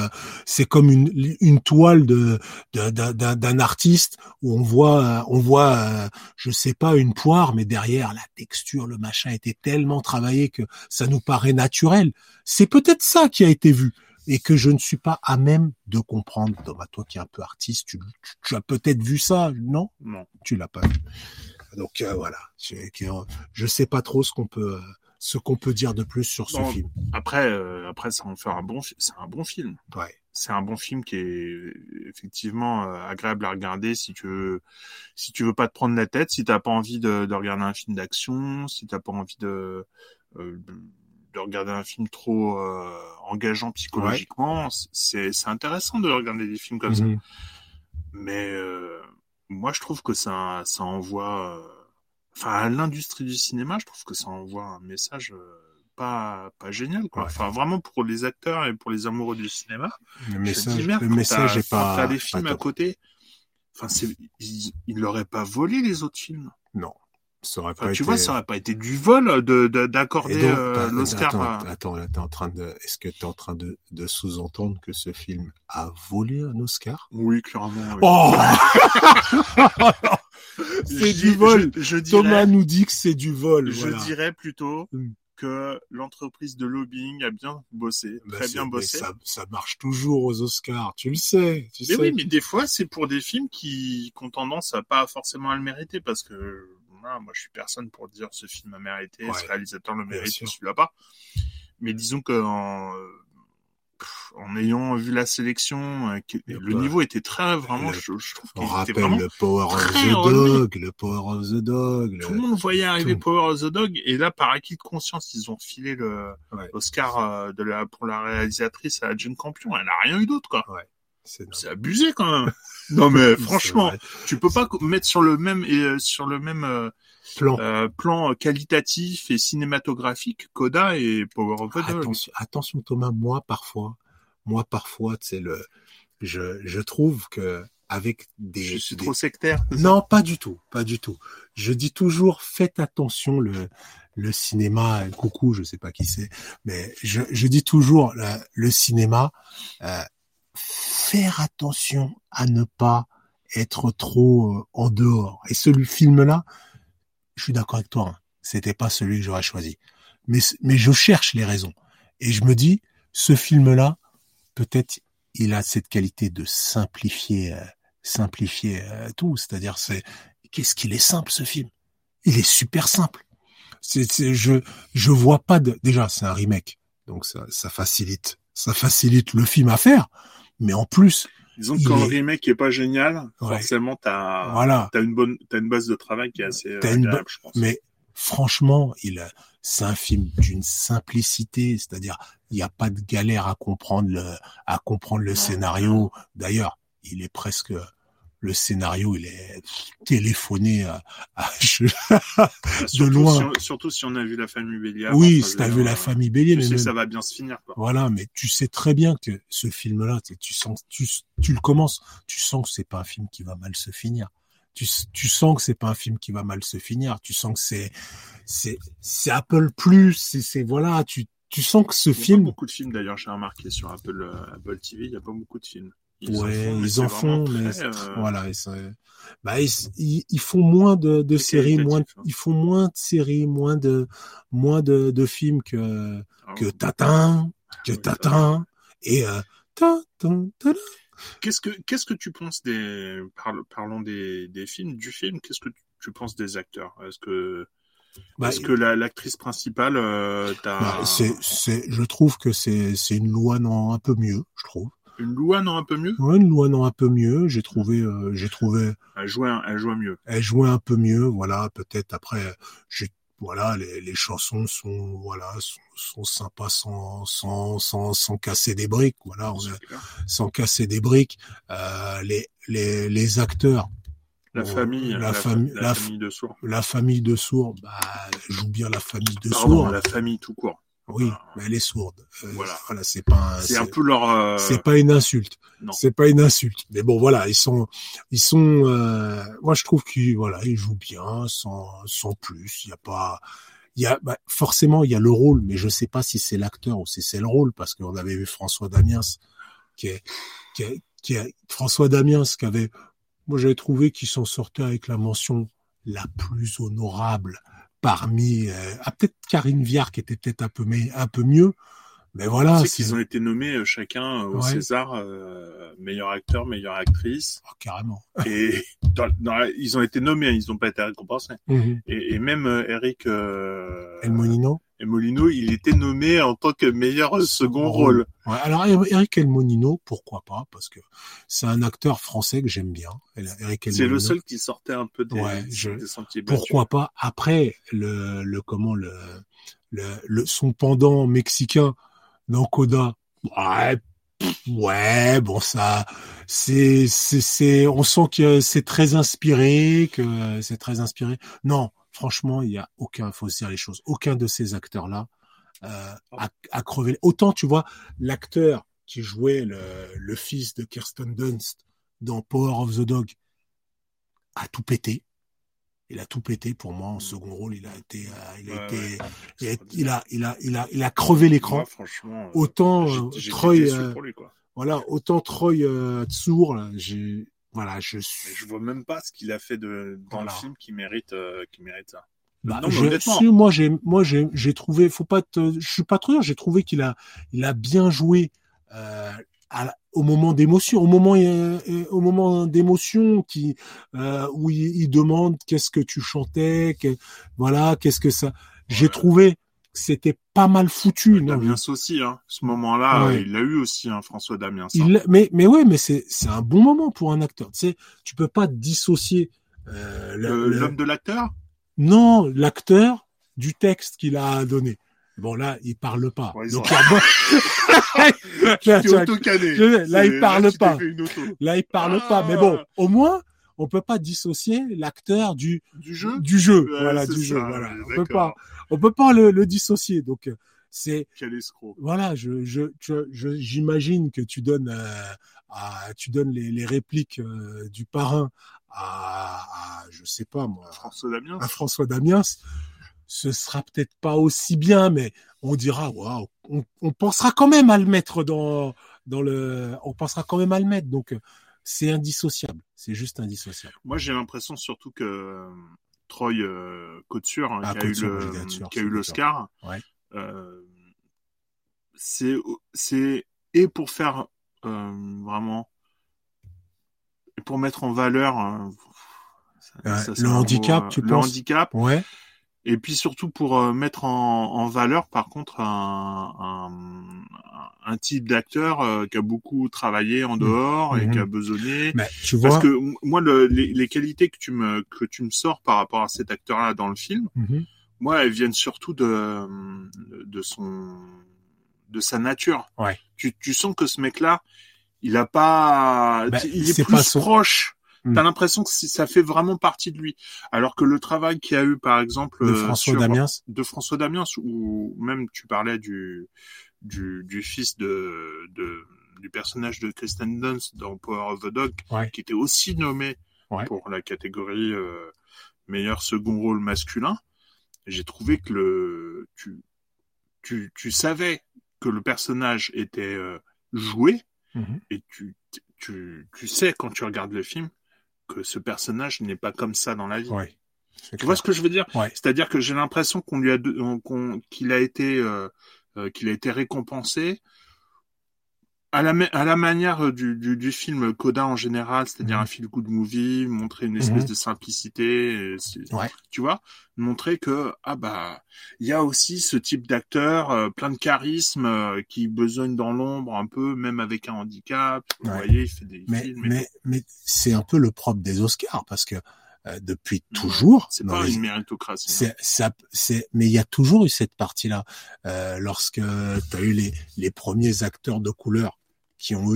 S5: une toile d'un artiste où on voit je sais pas, une poire, mais derrière la texture, le machin était tellement travaillé que ça nous paraît naturel. C'est peut-être ça qui a été vu et que je ne suis pas à même de comprendre. Thomas, toi qui es un peu artiste, tu as peut-être vu ça, non?
S4: Non,
S5: tu l'as pas vu. Donc voilà, je sais pas trop ce qu'on peut dire de plus sur ce film.
S4: Après, ça en fait c'est un bon film.
S5: Ouais.
S4: C'est un bon film qui est effectivement agréable à regarder si tu veux pas te prendre la tête, si t'as pas envie de regarder un film d'action, si t'as pas envie de regarder un film trop engageant psychologiquement. Ouais. C'est intéressant de regarder des films comme ça. Mais moi, je trouve que ça envoie. enfin, à l'industrie du cinéma, je trouve que ça envoie un message pas génial, quoi.
S5: Ouais.
S4: Enfin, vraiment pour les acteurs et pour les amoureux du cinéma.
S5: Le message,
S4: Merde,
S5: le message est
S4: quand
S5: pas.
S4: t'as des films
S5: pas
S4: à
S5: top.
S4: côté. Enfin, ils l'auraient pas volé les autres films.
S5: Non, ça aurait
S4: Enfin,
S5: pas
S4: tu
S5: été.
S4: vois, ça aurait pas été du vol d'accorder
S5: Et donc,
S4: l'Oscar.
S5: attends, là, est-ce que t'es en train de sous-entendre que ce film a volé un Oscar?
S4: Oui, clairement. Oui.
S5: Oh! C'est du vol.
S4: Je dirais,
S5: Thomas nous dit que c'est du vol.
S4: je
S5: Voilà.
S4: dirais plutôt
S5: Mm.
S4: que l'entreprise de lobbying a bien bossé,
S5: Bah,
S4: très bien
S5: mais
S4: bossé.
S5: ça marche toujours aux Oscars. Tu le sais.
S4: Mais oui, mais des fois, c'est pour des films qui ont tendance à pas forcément à le mériter, parce que voilà, moi, je suis personne pour dire ce film a mérité,
S5: Ouais.
S4: ce réalisateur le
S5: Bien
S4: mérite,
S5: sûr.
S4: celui-là pas. Mais disons que en ayant vu la sélection, le
S5: bah,
S4: niveau était très vraiment,
S5: le-
S4: je trouve
S5: On
S4: qu'il était
S5: rappelle
S4: vraiment.
S5: le Power of
S4: très
S5: the
S4: relevé.
S5: Dog, le Power of the Dog.
S4: Tout le monde voyait arriver
S5: tout.
S4: Power of the Dog, et là, par acquis de conscience, ils ont filé
S5: Ouais.
S4: l'Oscar pour la réalisatrice à Jane Campion. Elle n'a rien eu d'autre, quoi.
S5: C'est
S4: C'est abusé, quand même. Non, mais
S5: c'est
S4: franchement,
S5: vrai.
S4: tu peux pas mettre sur le même
S5: Plan.
S4: plan qualitatif et cinématographique Coda et Power of the Dog.
S5: Attention Thomas, moi parfois, tu sais je trouve que avec
S4: Je suis trop sectaire.
S5: Non, pas du tout. Je dis toujours, faites attention le cinéma. Coucou, je sais pas qui c'est, mais je dis toujours le cinéma. Faire attention à ne pas être trop en dehors. Et film-là, je suis d'accord avec toi. Hein, c'était pas celui que j'aurais choisi. Mais je cherche les raisons. Et je me dis, ce film-là, peut-être, il a cette qualité de simplifier tout. C'est-à-dire, qu'est-ce qu'il est simple, ce film. Il est super simple. Je vois pas déjà, c'est un remake. Donc, ça facilite le film à faire. Mais en plus,
S4: disons que quand le remake est pas génial, forcément, t'as une base de travail qui est assez agréable, je pense.
S5: Mais franchement, c'est un film d'une simplicité, c'est-à-dire, il n'y a pas de galère à comprendre le scénario. D'ailleurs, le scénario, il est téléphoné de loin.
S4: Surtout si on a vu La Famille Bélier.
S5: Oui, si t'as vu La Famille Bélier,
S4: tu sais que ça va bien se finir, quoi.
S5: Voilà, mais tu sais très bien que ce film-là, tu le commences, tu sens que c'est pas un film qui va mal se finir. Tu sens que c'est pas un film qui va mal se finir. Tu sens que c'est Apple Plus, voilà, tu sens que ce film.
S4: Il y a pas beaucoup de films d'ailleurs, j'ai remarqué sur Apple TV, il y a pas beaucoup de films.
S5: Ils en font, mais
S4: très,
S5: voilà, ils font moins de séries, ils font moins de séries, moins de films que Tintin, et
S4: Qu'est-ce que tu penses parlons des films, du film, qu'est-ce que tu penses des acteurs? Est-ce que l'actrice principale,
S5: je trouve que c'est une Louane un peu mieux, je trouve.
S4: Une Louane un peu mieux?
S5: Ouais, une Louane un peu mieux. J'ai trouvé.
S4: Elle jouait mieux.
S5: Elle jouait un peu mieux, voilà. Peut-être après, les chansons sont sympas sans casser des briques, voilà. Sans casser des briques. Les acteurs.
S4: La famille de Sourd.
S5: La famille de Sourd, elle joue bien la famille de
S4: Sourd. La famille tout court.
S5: Oui, mais elle est sourde.
S4: Voilà,
S5: c'est pas.
S4: C'est un peu leur.
S5: C'est pas une insulte.
S4: Non.
S5: C'est pas une insulte. Mais bon, voilà, ils sont. Moi, je trouve ils jouent bien, sans plus. Forcément, il y a le rôle, mais je sais pas si c'est l'acteur ou si c'est le rôle, parce qu'on avait vu François Damiens, François Damiens moi, j'avais trouvé qu'il s'en sortait avec la mention la plus honorable. Parmi peut-être Karine Viard qui était peut-être un peu mieux, mais voilà.
S4: C'est qu'ils ont été nommés chacun au César meilleur acteur, meilleure actrice.
S5: Oh, carrément.
S4: Et ils ont été nommés, ils n'ont pas été récompensés.
S5: Mm-hmm.
S4: Et même Eric
S5: Elmonino,
S4: il était nommé en tant que meilleur second rôle.
S5: Ouais, alors Eric Elmonino, pourquoi pas, parce que c'est un acteur français que j'aime bien. Eric Elmonino.
S4: C'est le seul qui sortait un peu des sentiers battus.
S5: Pourquoi pas. Après son pendant mexicain dans Coda. Ouais, bon, ça, on sent que c'est très inspiré, Non, franchement, il y a faut se dire les choses, aucun de ces acteurs-là a crevé. Autant, tu vois, l'acteur qui jouait le fils de Kirsten Dunst dans Power of the Dog a tout pété. Il a tout pété pour moi en second rôle. Il a crevé l'écran.
S4: Ouais, franchement,
S5: autant
S4: j'étais
S5: Troy,
S4: déçu pour lui, quoi.
S5: voilà, autant Troy Tsur, là,
S4: Mais je vois même pas ce qu'il a fait dans le film qui mérite ça.
S5: Bah,
S4: non, mais honnêtement.
S5: Moi, j'ai trouvé, je suis pas trop dur, j'ai trouvé qu'il a bien joué, au moment d'émotion, au moment d'émotion où il demande qu'est-ce que tu chantais, qu'est-ce que ça, j'ai trouvé que c'était pas mal foutu.
S4: Damiens aussi, ce moment-là,
S5: ouais.
S4: il l'a eu aussi, François Damiens.
S5: Mais c'est un bon moment pour un acteur. Tu sais, tu peux pas dissocier,
S4: l'homme de l'acteur?
S5: Non, l'acteur du texte qu'il a donné. Bon, là, il parle pas.
S4: Ouais,
S5: donc,
S4: là,
S5: il parle pas. Là, il parle pas. Mais bon, au moins, on peut pas dissocier l'acteur du jeu.
S4: Ouais,
S5: voilà, du
S4: ça,
S5: jeu. Voilà.
S4: D'accord.
S5: On peut pas le dissocier. Donc, c'est.
S4: Quel escroc.
S5: Voilà, j'imagine que tu donnes, les répliques du parrain à je sais pas moi, à François Damiens. Ce sera peut-être pas aussi bien, mais on dira waouh, on pensera quand même à le mettre on pensera quand même à le mettre. Donc c'est indissociable, c'est juste indissociable.
S4: Moi j'ai l'impression surtout que Troy Kotsur, qui a eu l'Oscar,
S5: ouais.
S4: C'est pour faire vraiment, pour mettre en valeur
S5: le handicap, tu penses?
S4: Le handicap.
S5: Ouais.
S4: Et puis surtout pour mettre en valeur, par contre, un type d'acteur qui a beaucoup travaillé en dehors et qui a besogné.
S5: Mais, tu vois...
S4: Parce que moi, les qualités que tu me sors par rapport à cet acteur-là dans le film, moi, elles viennent surtout de sa nature.
S5: Ouais.
S4: Tu sens que ce mec-là, il est plus proche. T'as l'impression que ça fait vraiment partie de lui. Alors que le travail qu'il y a eu, par exemple,
S5: de François
S4: Damiens, ou même tu parlais du fils du personnage de Kirsten Dunst dans Power of the Dog, qui était aussi nommé pour la catégorie meilleur second rôle masculin. J'ai trouvé que tu savais que le personnage était joué, et tu sais quand tu regardes le film que ce personnage n'est pas comme ça dans la vie.
S5: Ouais,
S4: tu vois ce que je veux dire? C'est-à-dire que j'ai l'impression qu'il a été récompensé à la manière du film Coda en général, c'est-à-dire un feel-good movie, montrer une espèce de simplicité, tu vois, montrer que il y a aussi ce type d'acteur plein de charisme qui besogne dans l'ombre un peu, même avec un handicap. Vous voyez, il fait des films.
S5: Mais c'est un peu le propre des Oscars parce que depuis toujours,
S4: c'est pas une méritocratie.
S5: Mais il y a toujours eu cette partie-là. Lorsque tu as eu les premiers acteurs de couleur qui ont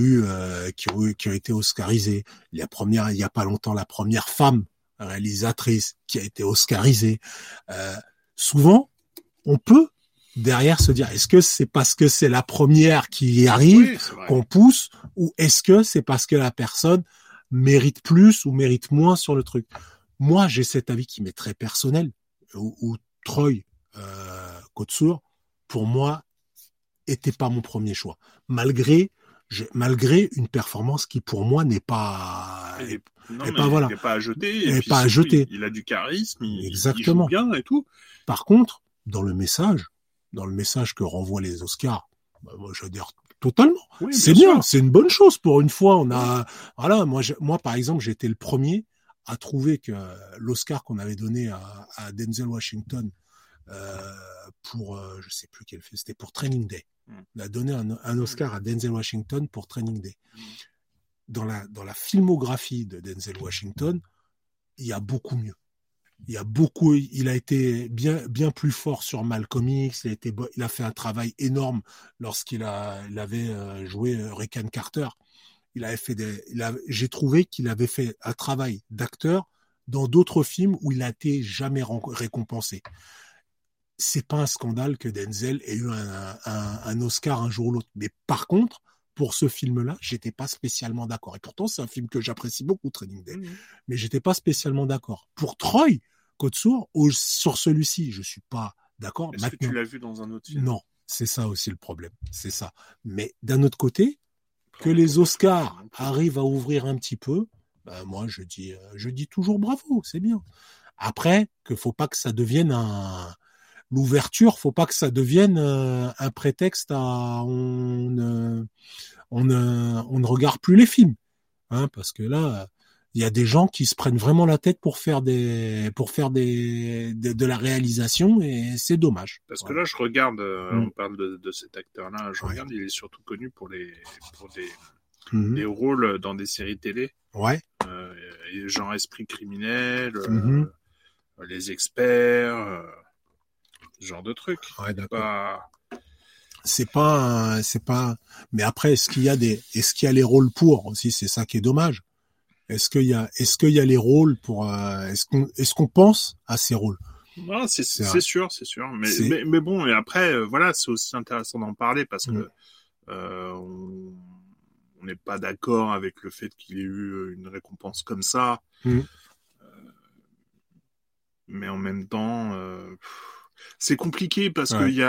S5: été oscarisés, il y a pas longtemps la première femme réalisatrice qui a été oscarisée. Souvent, on peut derrière se dire, est-ce que c'est parce que c'est la première qui arrive qu'on pousse, ou est-ce que c'est parce que la personne mérite plus ou mérite moins sur le truc? Moi, j'ai cet avis qui m'est très personnel, où Troy Kotsur, pour moi, était pas mon premier choix, malgré une performance qui pour moi n'est pas
S4: il n'est pas à jeter. Il a du charisme,
S5: exactement.
S4: Il joue bien et tout.
S5: Par contre, dans le message que renvoient les Oscars, moi je veux dire totalement. Oui, c'est bien, c'est une bonne chose pour une fois. Moi par exemple, j'ai été le premier à trouver que l'Oscar qu'on avait donné à Denzel Washington pour je sais plus quel film, c'était pour Training Day. On a donné un Oscar à Denzel Washington pour Training Day. Dans la filmographie de Denzel Washington, il y a beaucoup mieux. Il a été bien plus fort sur Malcolm X. Il a fait un travail énorme lorsqu'il avait joué Rick and Carter. J'ai trouvé qu'il avait fait un travail d'acteur dans d'autres films où il a été jamais récompensé. C'est pas un scandale que Denzel ait eu un Oscar un jour ou l'autre. Mais par contre, pour ce film-là, j'étais pas spécialement d'accord. Et pourtant, c'est un film que j'apprécie beaucoup, Training Day. Mais j'étais pas spécialement d'accord. Pour Troy Kotsur, sur celui-ci, je suis pas d'accord.
S4: Est-ce que tu l'as vu dans un autre film?
S5: Non, c'est ça aussi le problème. C'est ça. Mais d'un autre côté, que les Oscars arrivent à ouvrir un petit peu, ben moi, je dis toujours bravo, c'est bien. Après, faut pas que ça devienne l'ouverture, faut pas que ça devienne un prétexte à on ne regarde plus les films, hein, parce que là il y a des gens qui se prennent vraiment la tête pour faire de la réalisation et c'est dommage.
S4: Parce que là je regarde, on parle de cet acteur-là, je regarde, il est surtout connu pour des rôles dans des séries télé. Ouais. Genre Esprit criminel, Les Experts. Ce genre de truc.
S5: Ouais, d'accord. C'est pas, mais après, est-ce qu'il y a les rôles pour aussi? C'est ça qui est dommage. Est-ce qu'il y a les rôles pour, est-ce qu'on pense à ces rôles?
S4: Non, c'est sûr. Mais bon, et après, voilà, c'est aussi intéressant d'en parler parce que, on n'est pas d'accord avec le fait qu'il ait eu une récompense comme ça. Mais en même temps, c'est compliqué parce que il y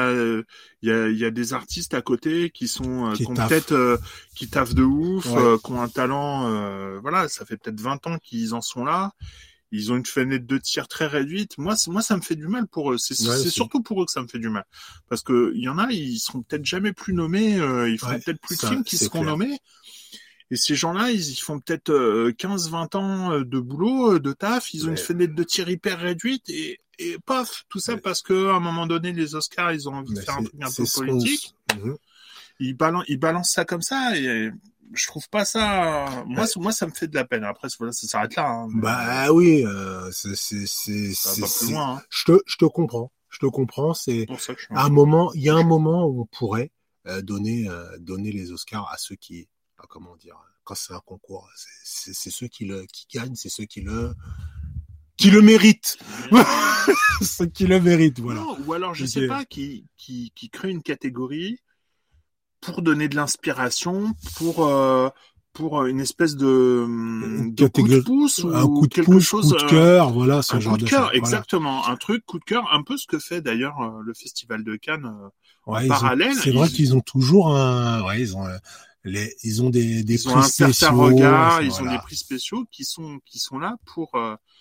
S4: a des artistes à côté qui sont qui taffent de ouf, qui ont un talent, voilà, ça fait peut-être 20 ans qu'ils en sont là. Ils ont une fenêtre de tir très réduite. Moi ça me fait du mal pour eux. C'est surtout pour eux que ça me fait du mal parce que il y en a, ils seront peut-être jamais plus nommés, ils feront peut-être plus de films qui seront nommés. Et ces gens-là, ils font peut-être 15-20 ans de boulot, de taf, ils ont une fenêtre de tir hyper réduite et paf, tout ça parce que à un moment donné, les Oscars, ils ont envie de faire un truc un peu politique. Ils balancent ça comme ça et je trouve pas ça. Moi, ça me fait de la peine. Après, voilà, ça s'arrête là. Hein.
S5: Bah oui, c'est
S4: plus loin. Hein.
S5: Je te comprends. C'est pour ça que il y a un moment où on pourrait donner les Oscars à ceux qui, comment dire, quand c'est un concours, c'est ceux qui gagnent, c'est ceux qui le méritent. Ceux qui le méritent, voilà.
S4: Non, ou alors, je sais pas, qui crée une catégorie pour donner de l'inspiration, pour une espèce de coup de pouce ou
S5: un coup de
S4: quelque
S5: pouce,
S4: chose,
S5: coup de cœur, voilà, ce genre de
S4: cœur,
S5: choses.
S4: Exactement,
S5: voilà.
S4: un truc coup de cœur, un peu ce que fait d'ailleurs le Festival de Cannes en
S5: Ouais,
S4: parallèle.
S5: C'est vrai qu'ils ont toujours ils ont des
S4: ils
S5: prix
S4: ont un
S5: spéciaux.
S4: certain regard, ils ont des prix spéciaux qui sont là pour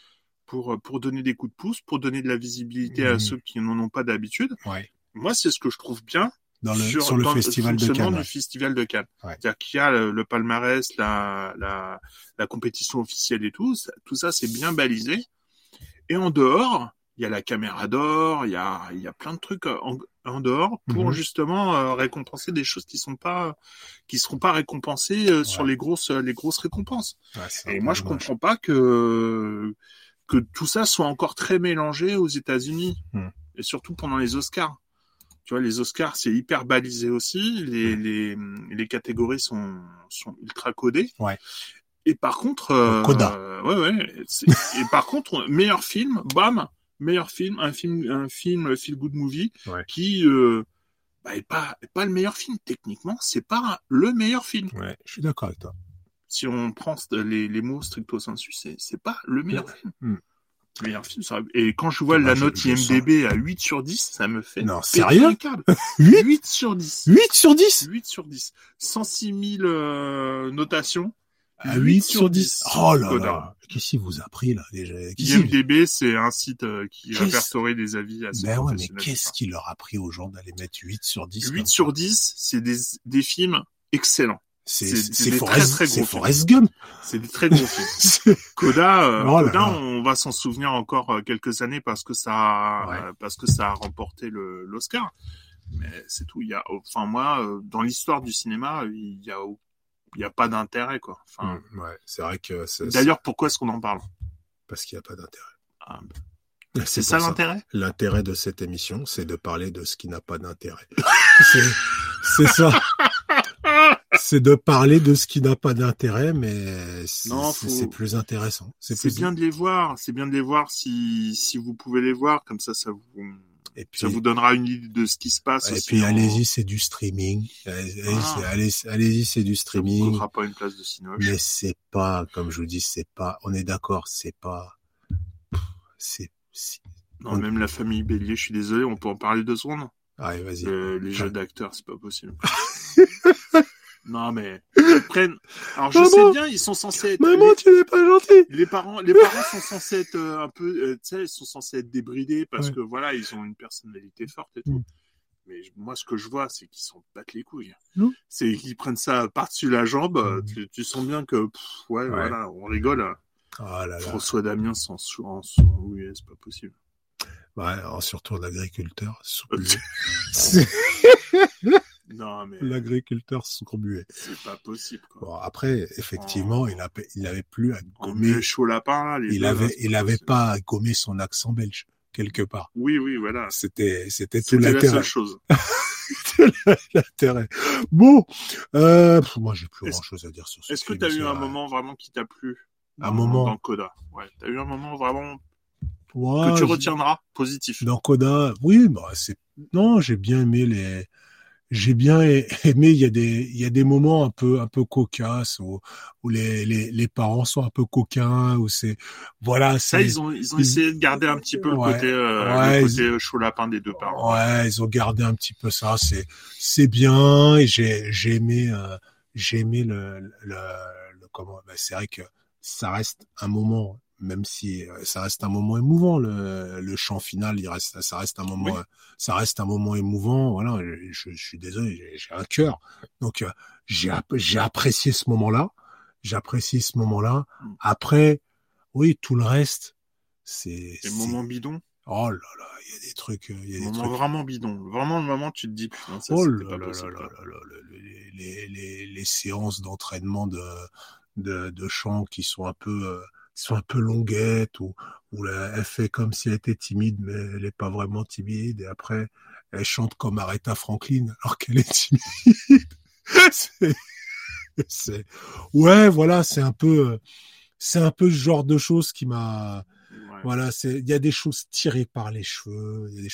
S4: donner des coups de pouce, pour donner de la visibilité à ceux qui n'en ont pas d'habitude. Ouais. Moi, c'est ce que je trouve bien
S5: sur le Festival de Cannes.
S4: Du Festival de Cannes. Ouais. C'est-à-dire qu'il y a le palmarès, la compétition officielle et tout ça c'est bien balisé. Et en dehors, il y a la caméra d'or, il y a plein de trucs en dehors pour justement récompenser des choses qui seront pas récompensées sur les grosses récompenses. Ouais, et moi je comprends pas que tout ça soit encore très mélangé aux États-Unis et surtout pendant les Oscars. Tu vois, les Oscars c'est hyper balisé aussi, les catégories sont ultra codées. Ouais. Et par contre
S5: Coda.
S4: Et par contre meilleur film, bam, un film feel good movie qui est pas le meilleur film techniquement, c'est pas le meilleur film.
S5: Ouais, je suis d'accord avec toi.
S4: Si on prend les mots stricto sensu, c'est pas le meilleur film. Le meilleur film, et quand je vois la note IMDb à 8 sur 10, ça me fait...
S5: Non, sérieux?
S4: 8 sur 10.
S5: 8 sur 10?
S4: 8 sur 10. 106 000 notations.
S5: À 8 sur 10. Oh là là. Qu'est-ce qu'il vous a pris, là, déjà?
S4: IMDb, c'est un site qui répertorie des avis assez professionnels.
S5: Mais qu'est-ce qui leur a pris aux gens d'aller mettre 8 sur 10?
S4: 8 sur 10, c'est des films excellents. C'est
S5: Forrest Gump.
S4: C'est des très gros films. Coda, on va s'en souvenir encore quelques années parce que ça a remporté l'Oscar. Mais c'est tout. Moi, dans l'histoire du cinéma, il y a pas d'intérêt, quoi. Enfin.
S5: Ouais, c'est vrai que.
S4: D'ailleurs, pourquoi est-ce qu'on en parle?
S5: Parce qu'il y a pas d'intérêt.
S4: Ah, c'est ça l'intérêt?
S5: L'intérêt de cette émission, c'est de parler de ce qui n'a pas d'intérêt. C'est ça. c'est de parler de ce qui n'a pas d'intérêt, mais
S4: Non,
S5: c'est plus intéressant.
S4: C'est bien de les voir. C'est bien de les voir si vous pouvez les voir. Comme ça vous... Et puis, ça vous donnera une idée de ce qui se passe.
S5: Et puis allez-y, c'est du streaming. Allez-y, c'est du streaming.
S4: Ça vous coûtera pas une place de Cinoche.
S5: Mais c'est pas, comme je vous dis, c'est pas. On est d'accord, c'est pas.
S4: Non, même la famille Bélier, je suis désolé, on peut en parler 2 secondes.
S5: Allez, vas-y.
S4: Les jeux d'acteurs, c'est pas possible. Non, mais ils prennent. Alors je sais bien, ils sont censés être.
S5: Maman, tu n'es pas gentil.
S4: Les parents sont censés être un peu, tu sais, ils sont censés être débridés parce que voilà, ils ont une personnalité forte et tout. Mais moi, ce que je vois, c'est qu'ils s'en battent les couilles. C'est qu'ils prennent ça par-dessus la jambe. Tu sens bien que, voilà, on rigole.
S5: Oh là là.
S4: François Damiens oui, c'est pas possible.
S5: Ouais, surtout l'agriculteur.
S4: Non, mais.
S5: L'agriculteur sourd-muet.
S4: C'est pas possible, quoi.
S5: Bon, après, effectivement, il avait plus à gommer.
S4: Chaud lapin, là,
S5: il avait pas à gommer son accent belge, quelque part.
S4: Oui, voilà.
S5: C'était tout l'intérêt.
S4: C'était la seule chose.
S5: C'était l'intérêt. Bon, moi, j'ai plus grand chose à dire sur ce film.
S4: Est-ce que t'as eu un moment vraiment qui t'a plu?
S5: Dans
S4: Coda. Ouais. T'as eu un moment vraiment que tu retiendras positif.
S5: Dans Coda, oui, j'ai bien aimé il y a des moments un peu cocasses où les parents sont un peu coquins, où
S4: ils ont essayé de garder un petit peu le côté chaud lapin des 2 parents.
S5: Ouais, ils ont gardé un petit peu ça, c'est bien, et j'ai aimé c'est vrai que ça reste un moment, même si ça reste un moment émouvant, le chant final, ça reste un moment émouvant. Voilà, je suis désolé, j'ai un cœur, donc j'ai apprécié ce moment-là. Après, oui, tout le reste, c'est
S4: moments bidons.
S5: Oh là là, il y a des trucs,
S4: vraiment bidons. Vraiment le moment où tu te dis putain, ça
S5: c'était
S4: pas possible.
S5: Les séances d'entraînement de chant qui sont un peu longuettes, où elle fait comme si elle était timide, mais elle est pas vraiment timide, et après elle chante comme Aretha Franklin alors qu'elle est timide. Ouais, voilà, c'est un peu ce genre de choses qui m'a. Voilà, il y a des choses tirées par les cheveux, il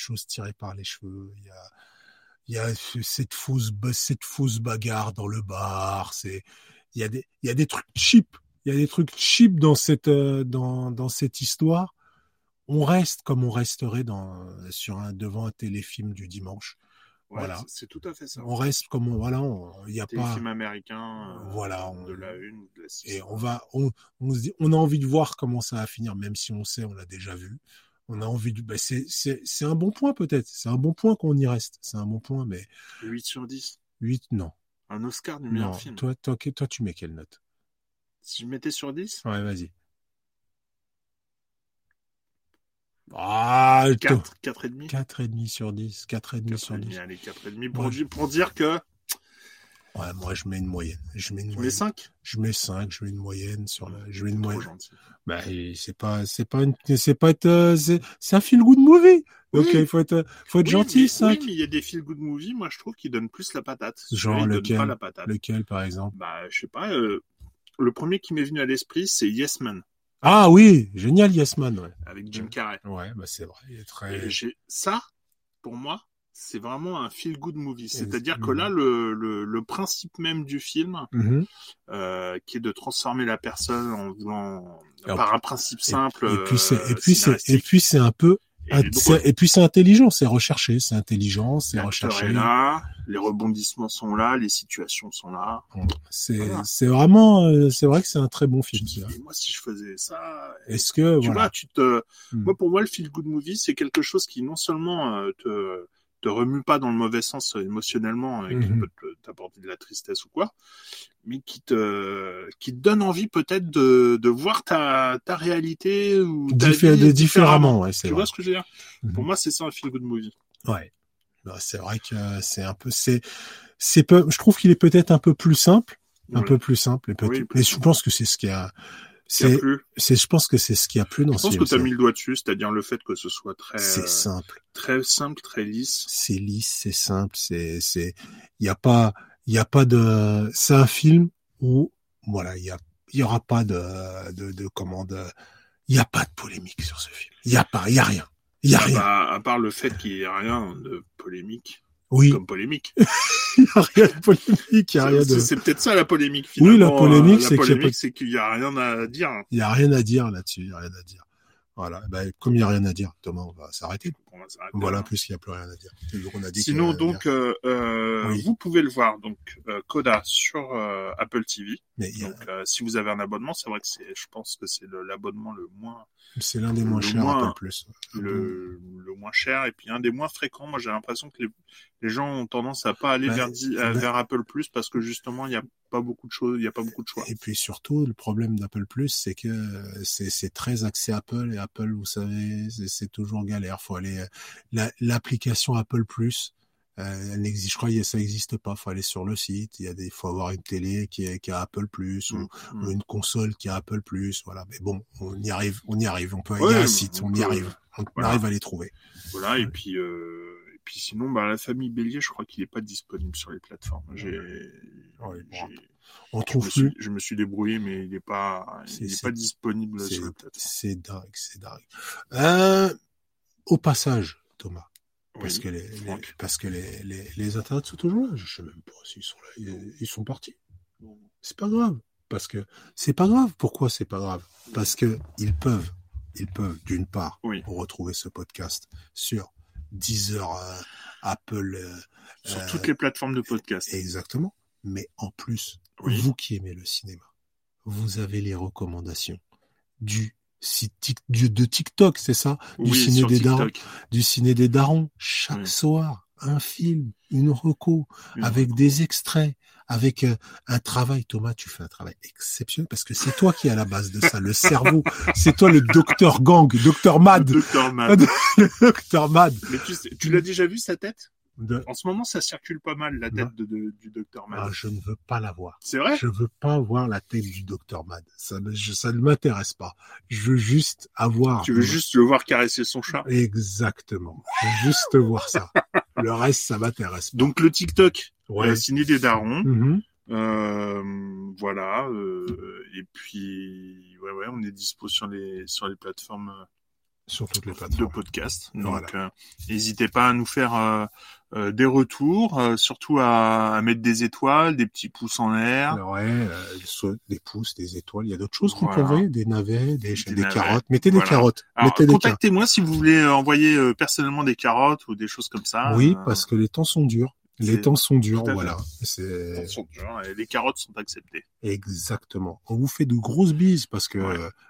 S5: y a cette fausse bagarre dans le bar, il y a des trucs cheap. Il y a des trucs cheap dans cette histoire. On reste comme on resterait devant un téléfilm du dimanche.
S4: Ouais,
S5: voilà.
S4: C'est tout à fait ça.
S5: On reste comme il y a pas.
S4: Téléfilm américain.
S5: Voilà.
S4: De la 1 ou de la 6.
S5: Et on se dit, on a envie de voir comment ça va finir, même si on sait, on l'a déjà vu. On a envie c'est un bon point peut-être. C'est un bon point qu'on y reste. C'est un bon point, mais.
S4: 8 sur 10.
S5: 8, non.
S4: Un Oscar du meilleur film.
S5: Toi, tu mets quelle note?
S4: Si je mettais sur 10?
S5: Ouais, vas-y.
S4: 4,5.
S5: 4,5 sur 10. 4,5 sur 10.
S4: Allez, 4,5 pour dire que.
S5: Ouais, moi, je mets une moyenne.
S4: Tu mets 5?
S5: Je mets 5, je mets une moyenne je mets une moyenne.
S4: Trop gentil.
S5: Bah, c'est un feel good movie. Donc, il faut être gentil, 5.
S4: Oui, mais il y a des feel good movies, moi, je trouve qu'ils donnent plus la patate.
S5: Genre,
S4: pas la patate.
S5: Lequel, par exemple?
S4: Bah, je sais pas, le premier qui m'est venu à l'esprit, c'est Yes Man.
S5: Ah oui, génial, Yes Man, ouais.
S4: Avec Jim Carrey.
S5: Ouais, bah, c'est vrai, il est très.
S4: Ça, pour moi, c'est vraiment un feel-good movie. C'est-à-dire que là, le principe même du film, qui est de transformer la personne en voulant, par un principe simple.
S5: Et puis c'est un peu. Et puis c'est intelligent, c'est recherché, c'est intelligent, c'est recherché.
S4: Est là, les rebondissements sont là, les situations sont là.
S5: C'est vraiment, c'est vrai que c'est un très bon film.
S4: Et moi, si je faisais ça,
S5: est-ce que
S4: tu vois, moi pour moi le feel good movie, c'est quelque chose qui non seulement te remue pas dans le mauvais sens émotionnellement et qui peut t'apporter de la tristesse ou quoi, mais qui te donne envie peut-être de voir ta réalité ou ta vie différemment.
S5: Ouais,
S4: tu vois ce que je veux dire? Pour moi, c'est ça un feel good movie.
S5: Ouais. Bah, c'est vrai que c'est un peu, je trouve qu'il est peut-être un peu plus simple, mais je pense que c'est ce qui a. Je pense que c'est ce qui a plu dans ce film.
S4: Je pense que tu as mis le doigt dessus, c'est-à-dire le fait que ce soit
S5: c'est simple.
S4: Très simple, très lisse.
S5: C'est lisse, c'est simple, il y a pas Il y a pas de, c'est un film où, voilà, il y aura pas il y a pas de polémique sur ce film. Il y a rien. Il y a rien.
S4: Bah, à part le fait qu'il y ait rien de polémique.
S5: Oui.
S4: Comme polémique.
S5: Il y a rien de polémique, il y a rien de...
S4: C'est peut-être ça la polémique, finalement.
S5: Oui, la polémique,
S4: c'est qu'il y a rien à dire.
S5: Il y a rien à dire là-dessus, il y a rien à dire. Voilà. Ben, comme il y a rien à dire, Thomas, on va s'arrêter. Voilà, puisqu'il n'y a plus rien à dire. Donc, on a dit
S4: sinon, donc,
S5: oui.
S4: vous pouvez le voir, donc, Coda sur Apple TV.
S5: Mais
S4: donc, si vous avez un abonnement, c'est vrai que je pense que c'est l'abonnement le moins...
S5: C'est l'un des moins chers, Apple Plus.
S4: Le moins cher, et puis un des moins fréquents. Moi, j'ai l'impression que les gens ont tendance à pas aller vers Apple Plus parce que justement, il n'y a pas beaucoup de choses, il y a pas beaucoup de choix.
S5: Et puis surtout, le problème d'Apple Plus, c'est que c'est très axé Apple, et Apple, vous savez, c'est toujours galère. Faut aller, l'application Apple Plus, elle n'existe, je crois que ça n'existe pas. Faut aller sur le site. Faut avoir une télé qui a Apple Plus ou une console qui a Apple Plus. Voilà. Mais bon, on y arrive. Il y a un site, on y arrive. On arrive à les trouver.
S4: Voilà. Et puis sinon, bah, la famille Bélier, je crois qu'il est pas disponible sur les plateformes.
S5: On trouve plus.
S4: Je me suis débrouillé, mais il est pas disponible sur les plateformes.
S5: C'est dingue. Au passage, Thomas. Parce que les internets sont toujours là. Je sais même pas s'ils sont là. Ils sont partis. C'est pas grave. Parce que c'est pas grave. Pourquoi c'est pas grave? Parce que ils peuvent d'une part retrouver ce podcast sur Deezer, Apple,
S4: sur toutes les plateformes de podcast.
S5: Exactement. Mais en plus, vous qui aimez le cinéma, vous avez les recommandations de TikTok, c'est ça? Du ciné des darons. Chaque soir, un film, une reco, avec des extraits, avec un travail. Thomas, tu fais un travail exceptionnel parce que c'est toi qui es à la base de ça, le cerveau. C'est toi le docteur Gang, docteur Mad. Le docteur Mad.
S4: Mais tu l'as déjà vu sa tête? En ce moment, ça circule pas mal, la tête du Dr. Mad.
S5: Ah, je ne veux pas la voir.
S4: C'est vrai?
S5: Je veux pas voir la tête du Dr. Mad. Ça ne m'intéresse pas. Je veux juste avoir...
S4: Tu veux juste le voir caresser son chat?
S5: Exactement. Je veux juste voir ça. Le reste, ça m'intéresse pas.
S4: Donc, le TikTok, ciné des darons. Voilà. Et puis, on est dispo sur les plateformes...
S5: sur toutes les plateformes
S4: de podcast. Donc, n'hésitez pas à nous faire des retours, surtout à mettre des étoiles, des petits pouces en l'air.
S5: Des pouces, des étoiles. Il y a d'autres choses qu'on peut envoyer, des navets, des carottes. Mettez des
S4: carottes. Alors, contactez-moi si vous voulez envoyer personnellement des carottes ou des choses comme ça.
S5: Oui, parce que les temps sont durs. Les temps sont durs, voilà.
S4: Les temps sont durs et les carottes sont acceptées.
S5: Exactement. On vous fait de grosses bises parce que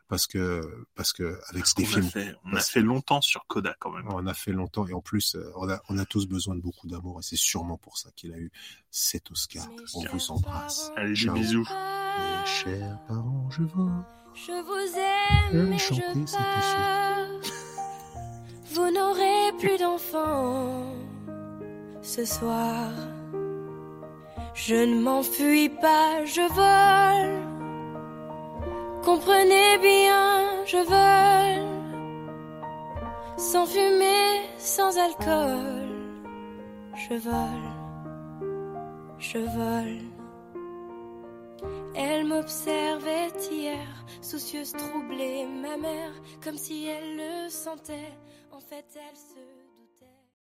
S5: avec des films.
S4: On a fait longtemps sur Coda quand même.
S5: On a fait longtemps et en plus, on a tous besoin de beaucoup d'amour et c'est sûrement pour ça qu'il a eu cet Oscar. On vous embrasse.
S4: Allez, des bisous.
S5: Mes chers parents, je
S3: vous aime,
S5: chanter, c'était
S3: vous n'aurez plus d'enfants. Ce soir, je ne m'enfuis pas, je vole. Comprenez bien, je vole. Sans fumée, sans alcool. Je vole. Elle m'observait hier, soucieuse, troublée, ma mère, comme si elle le sentait. En fait, elle se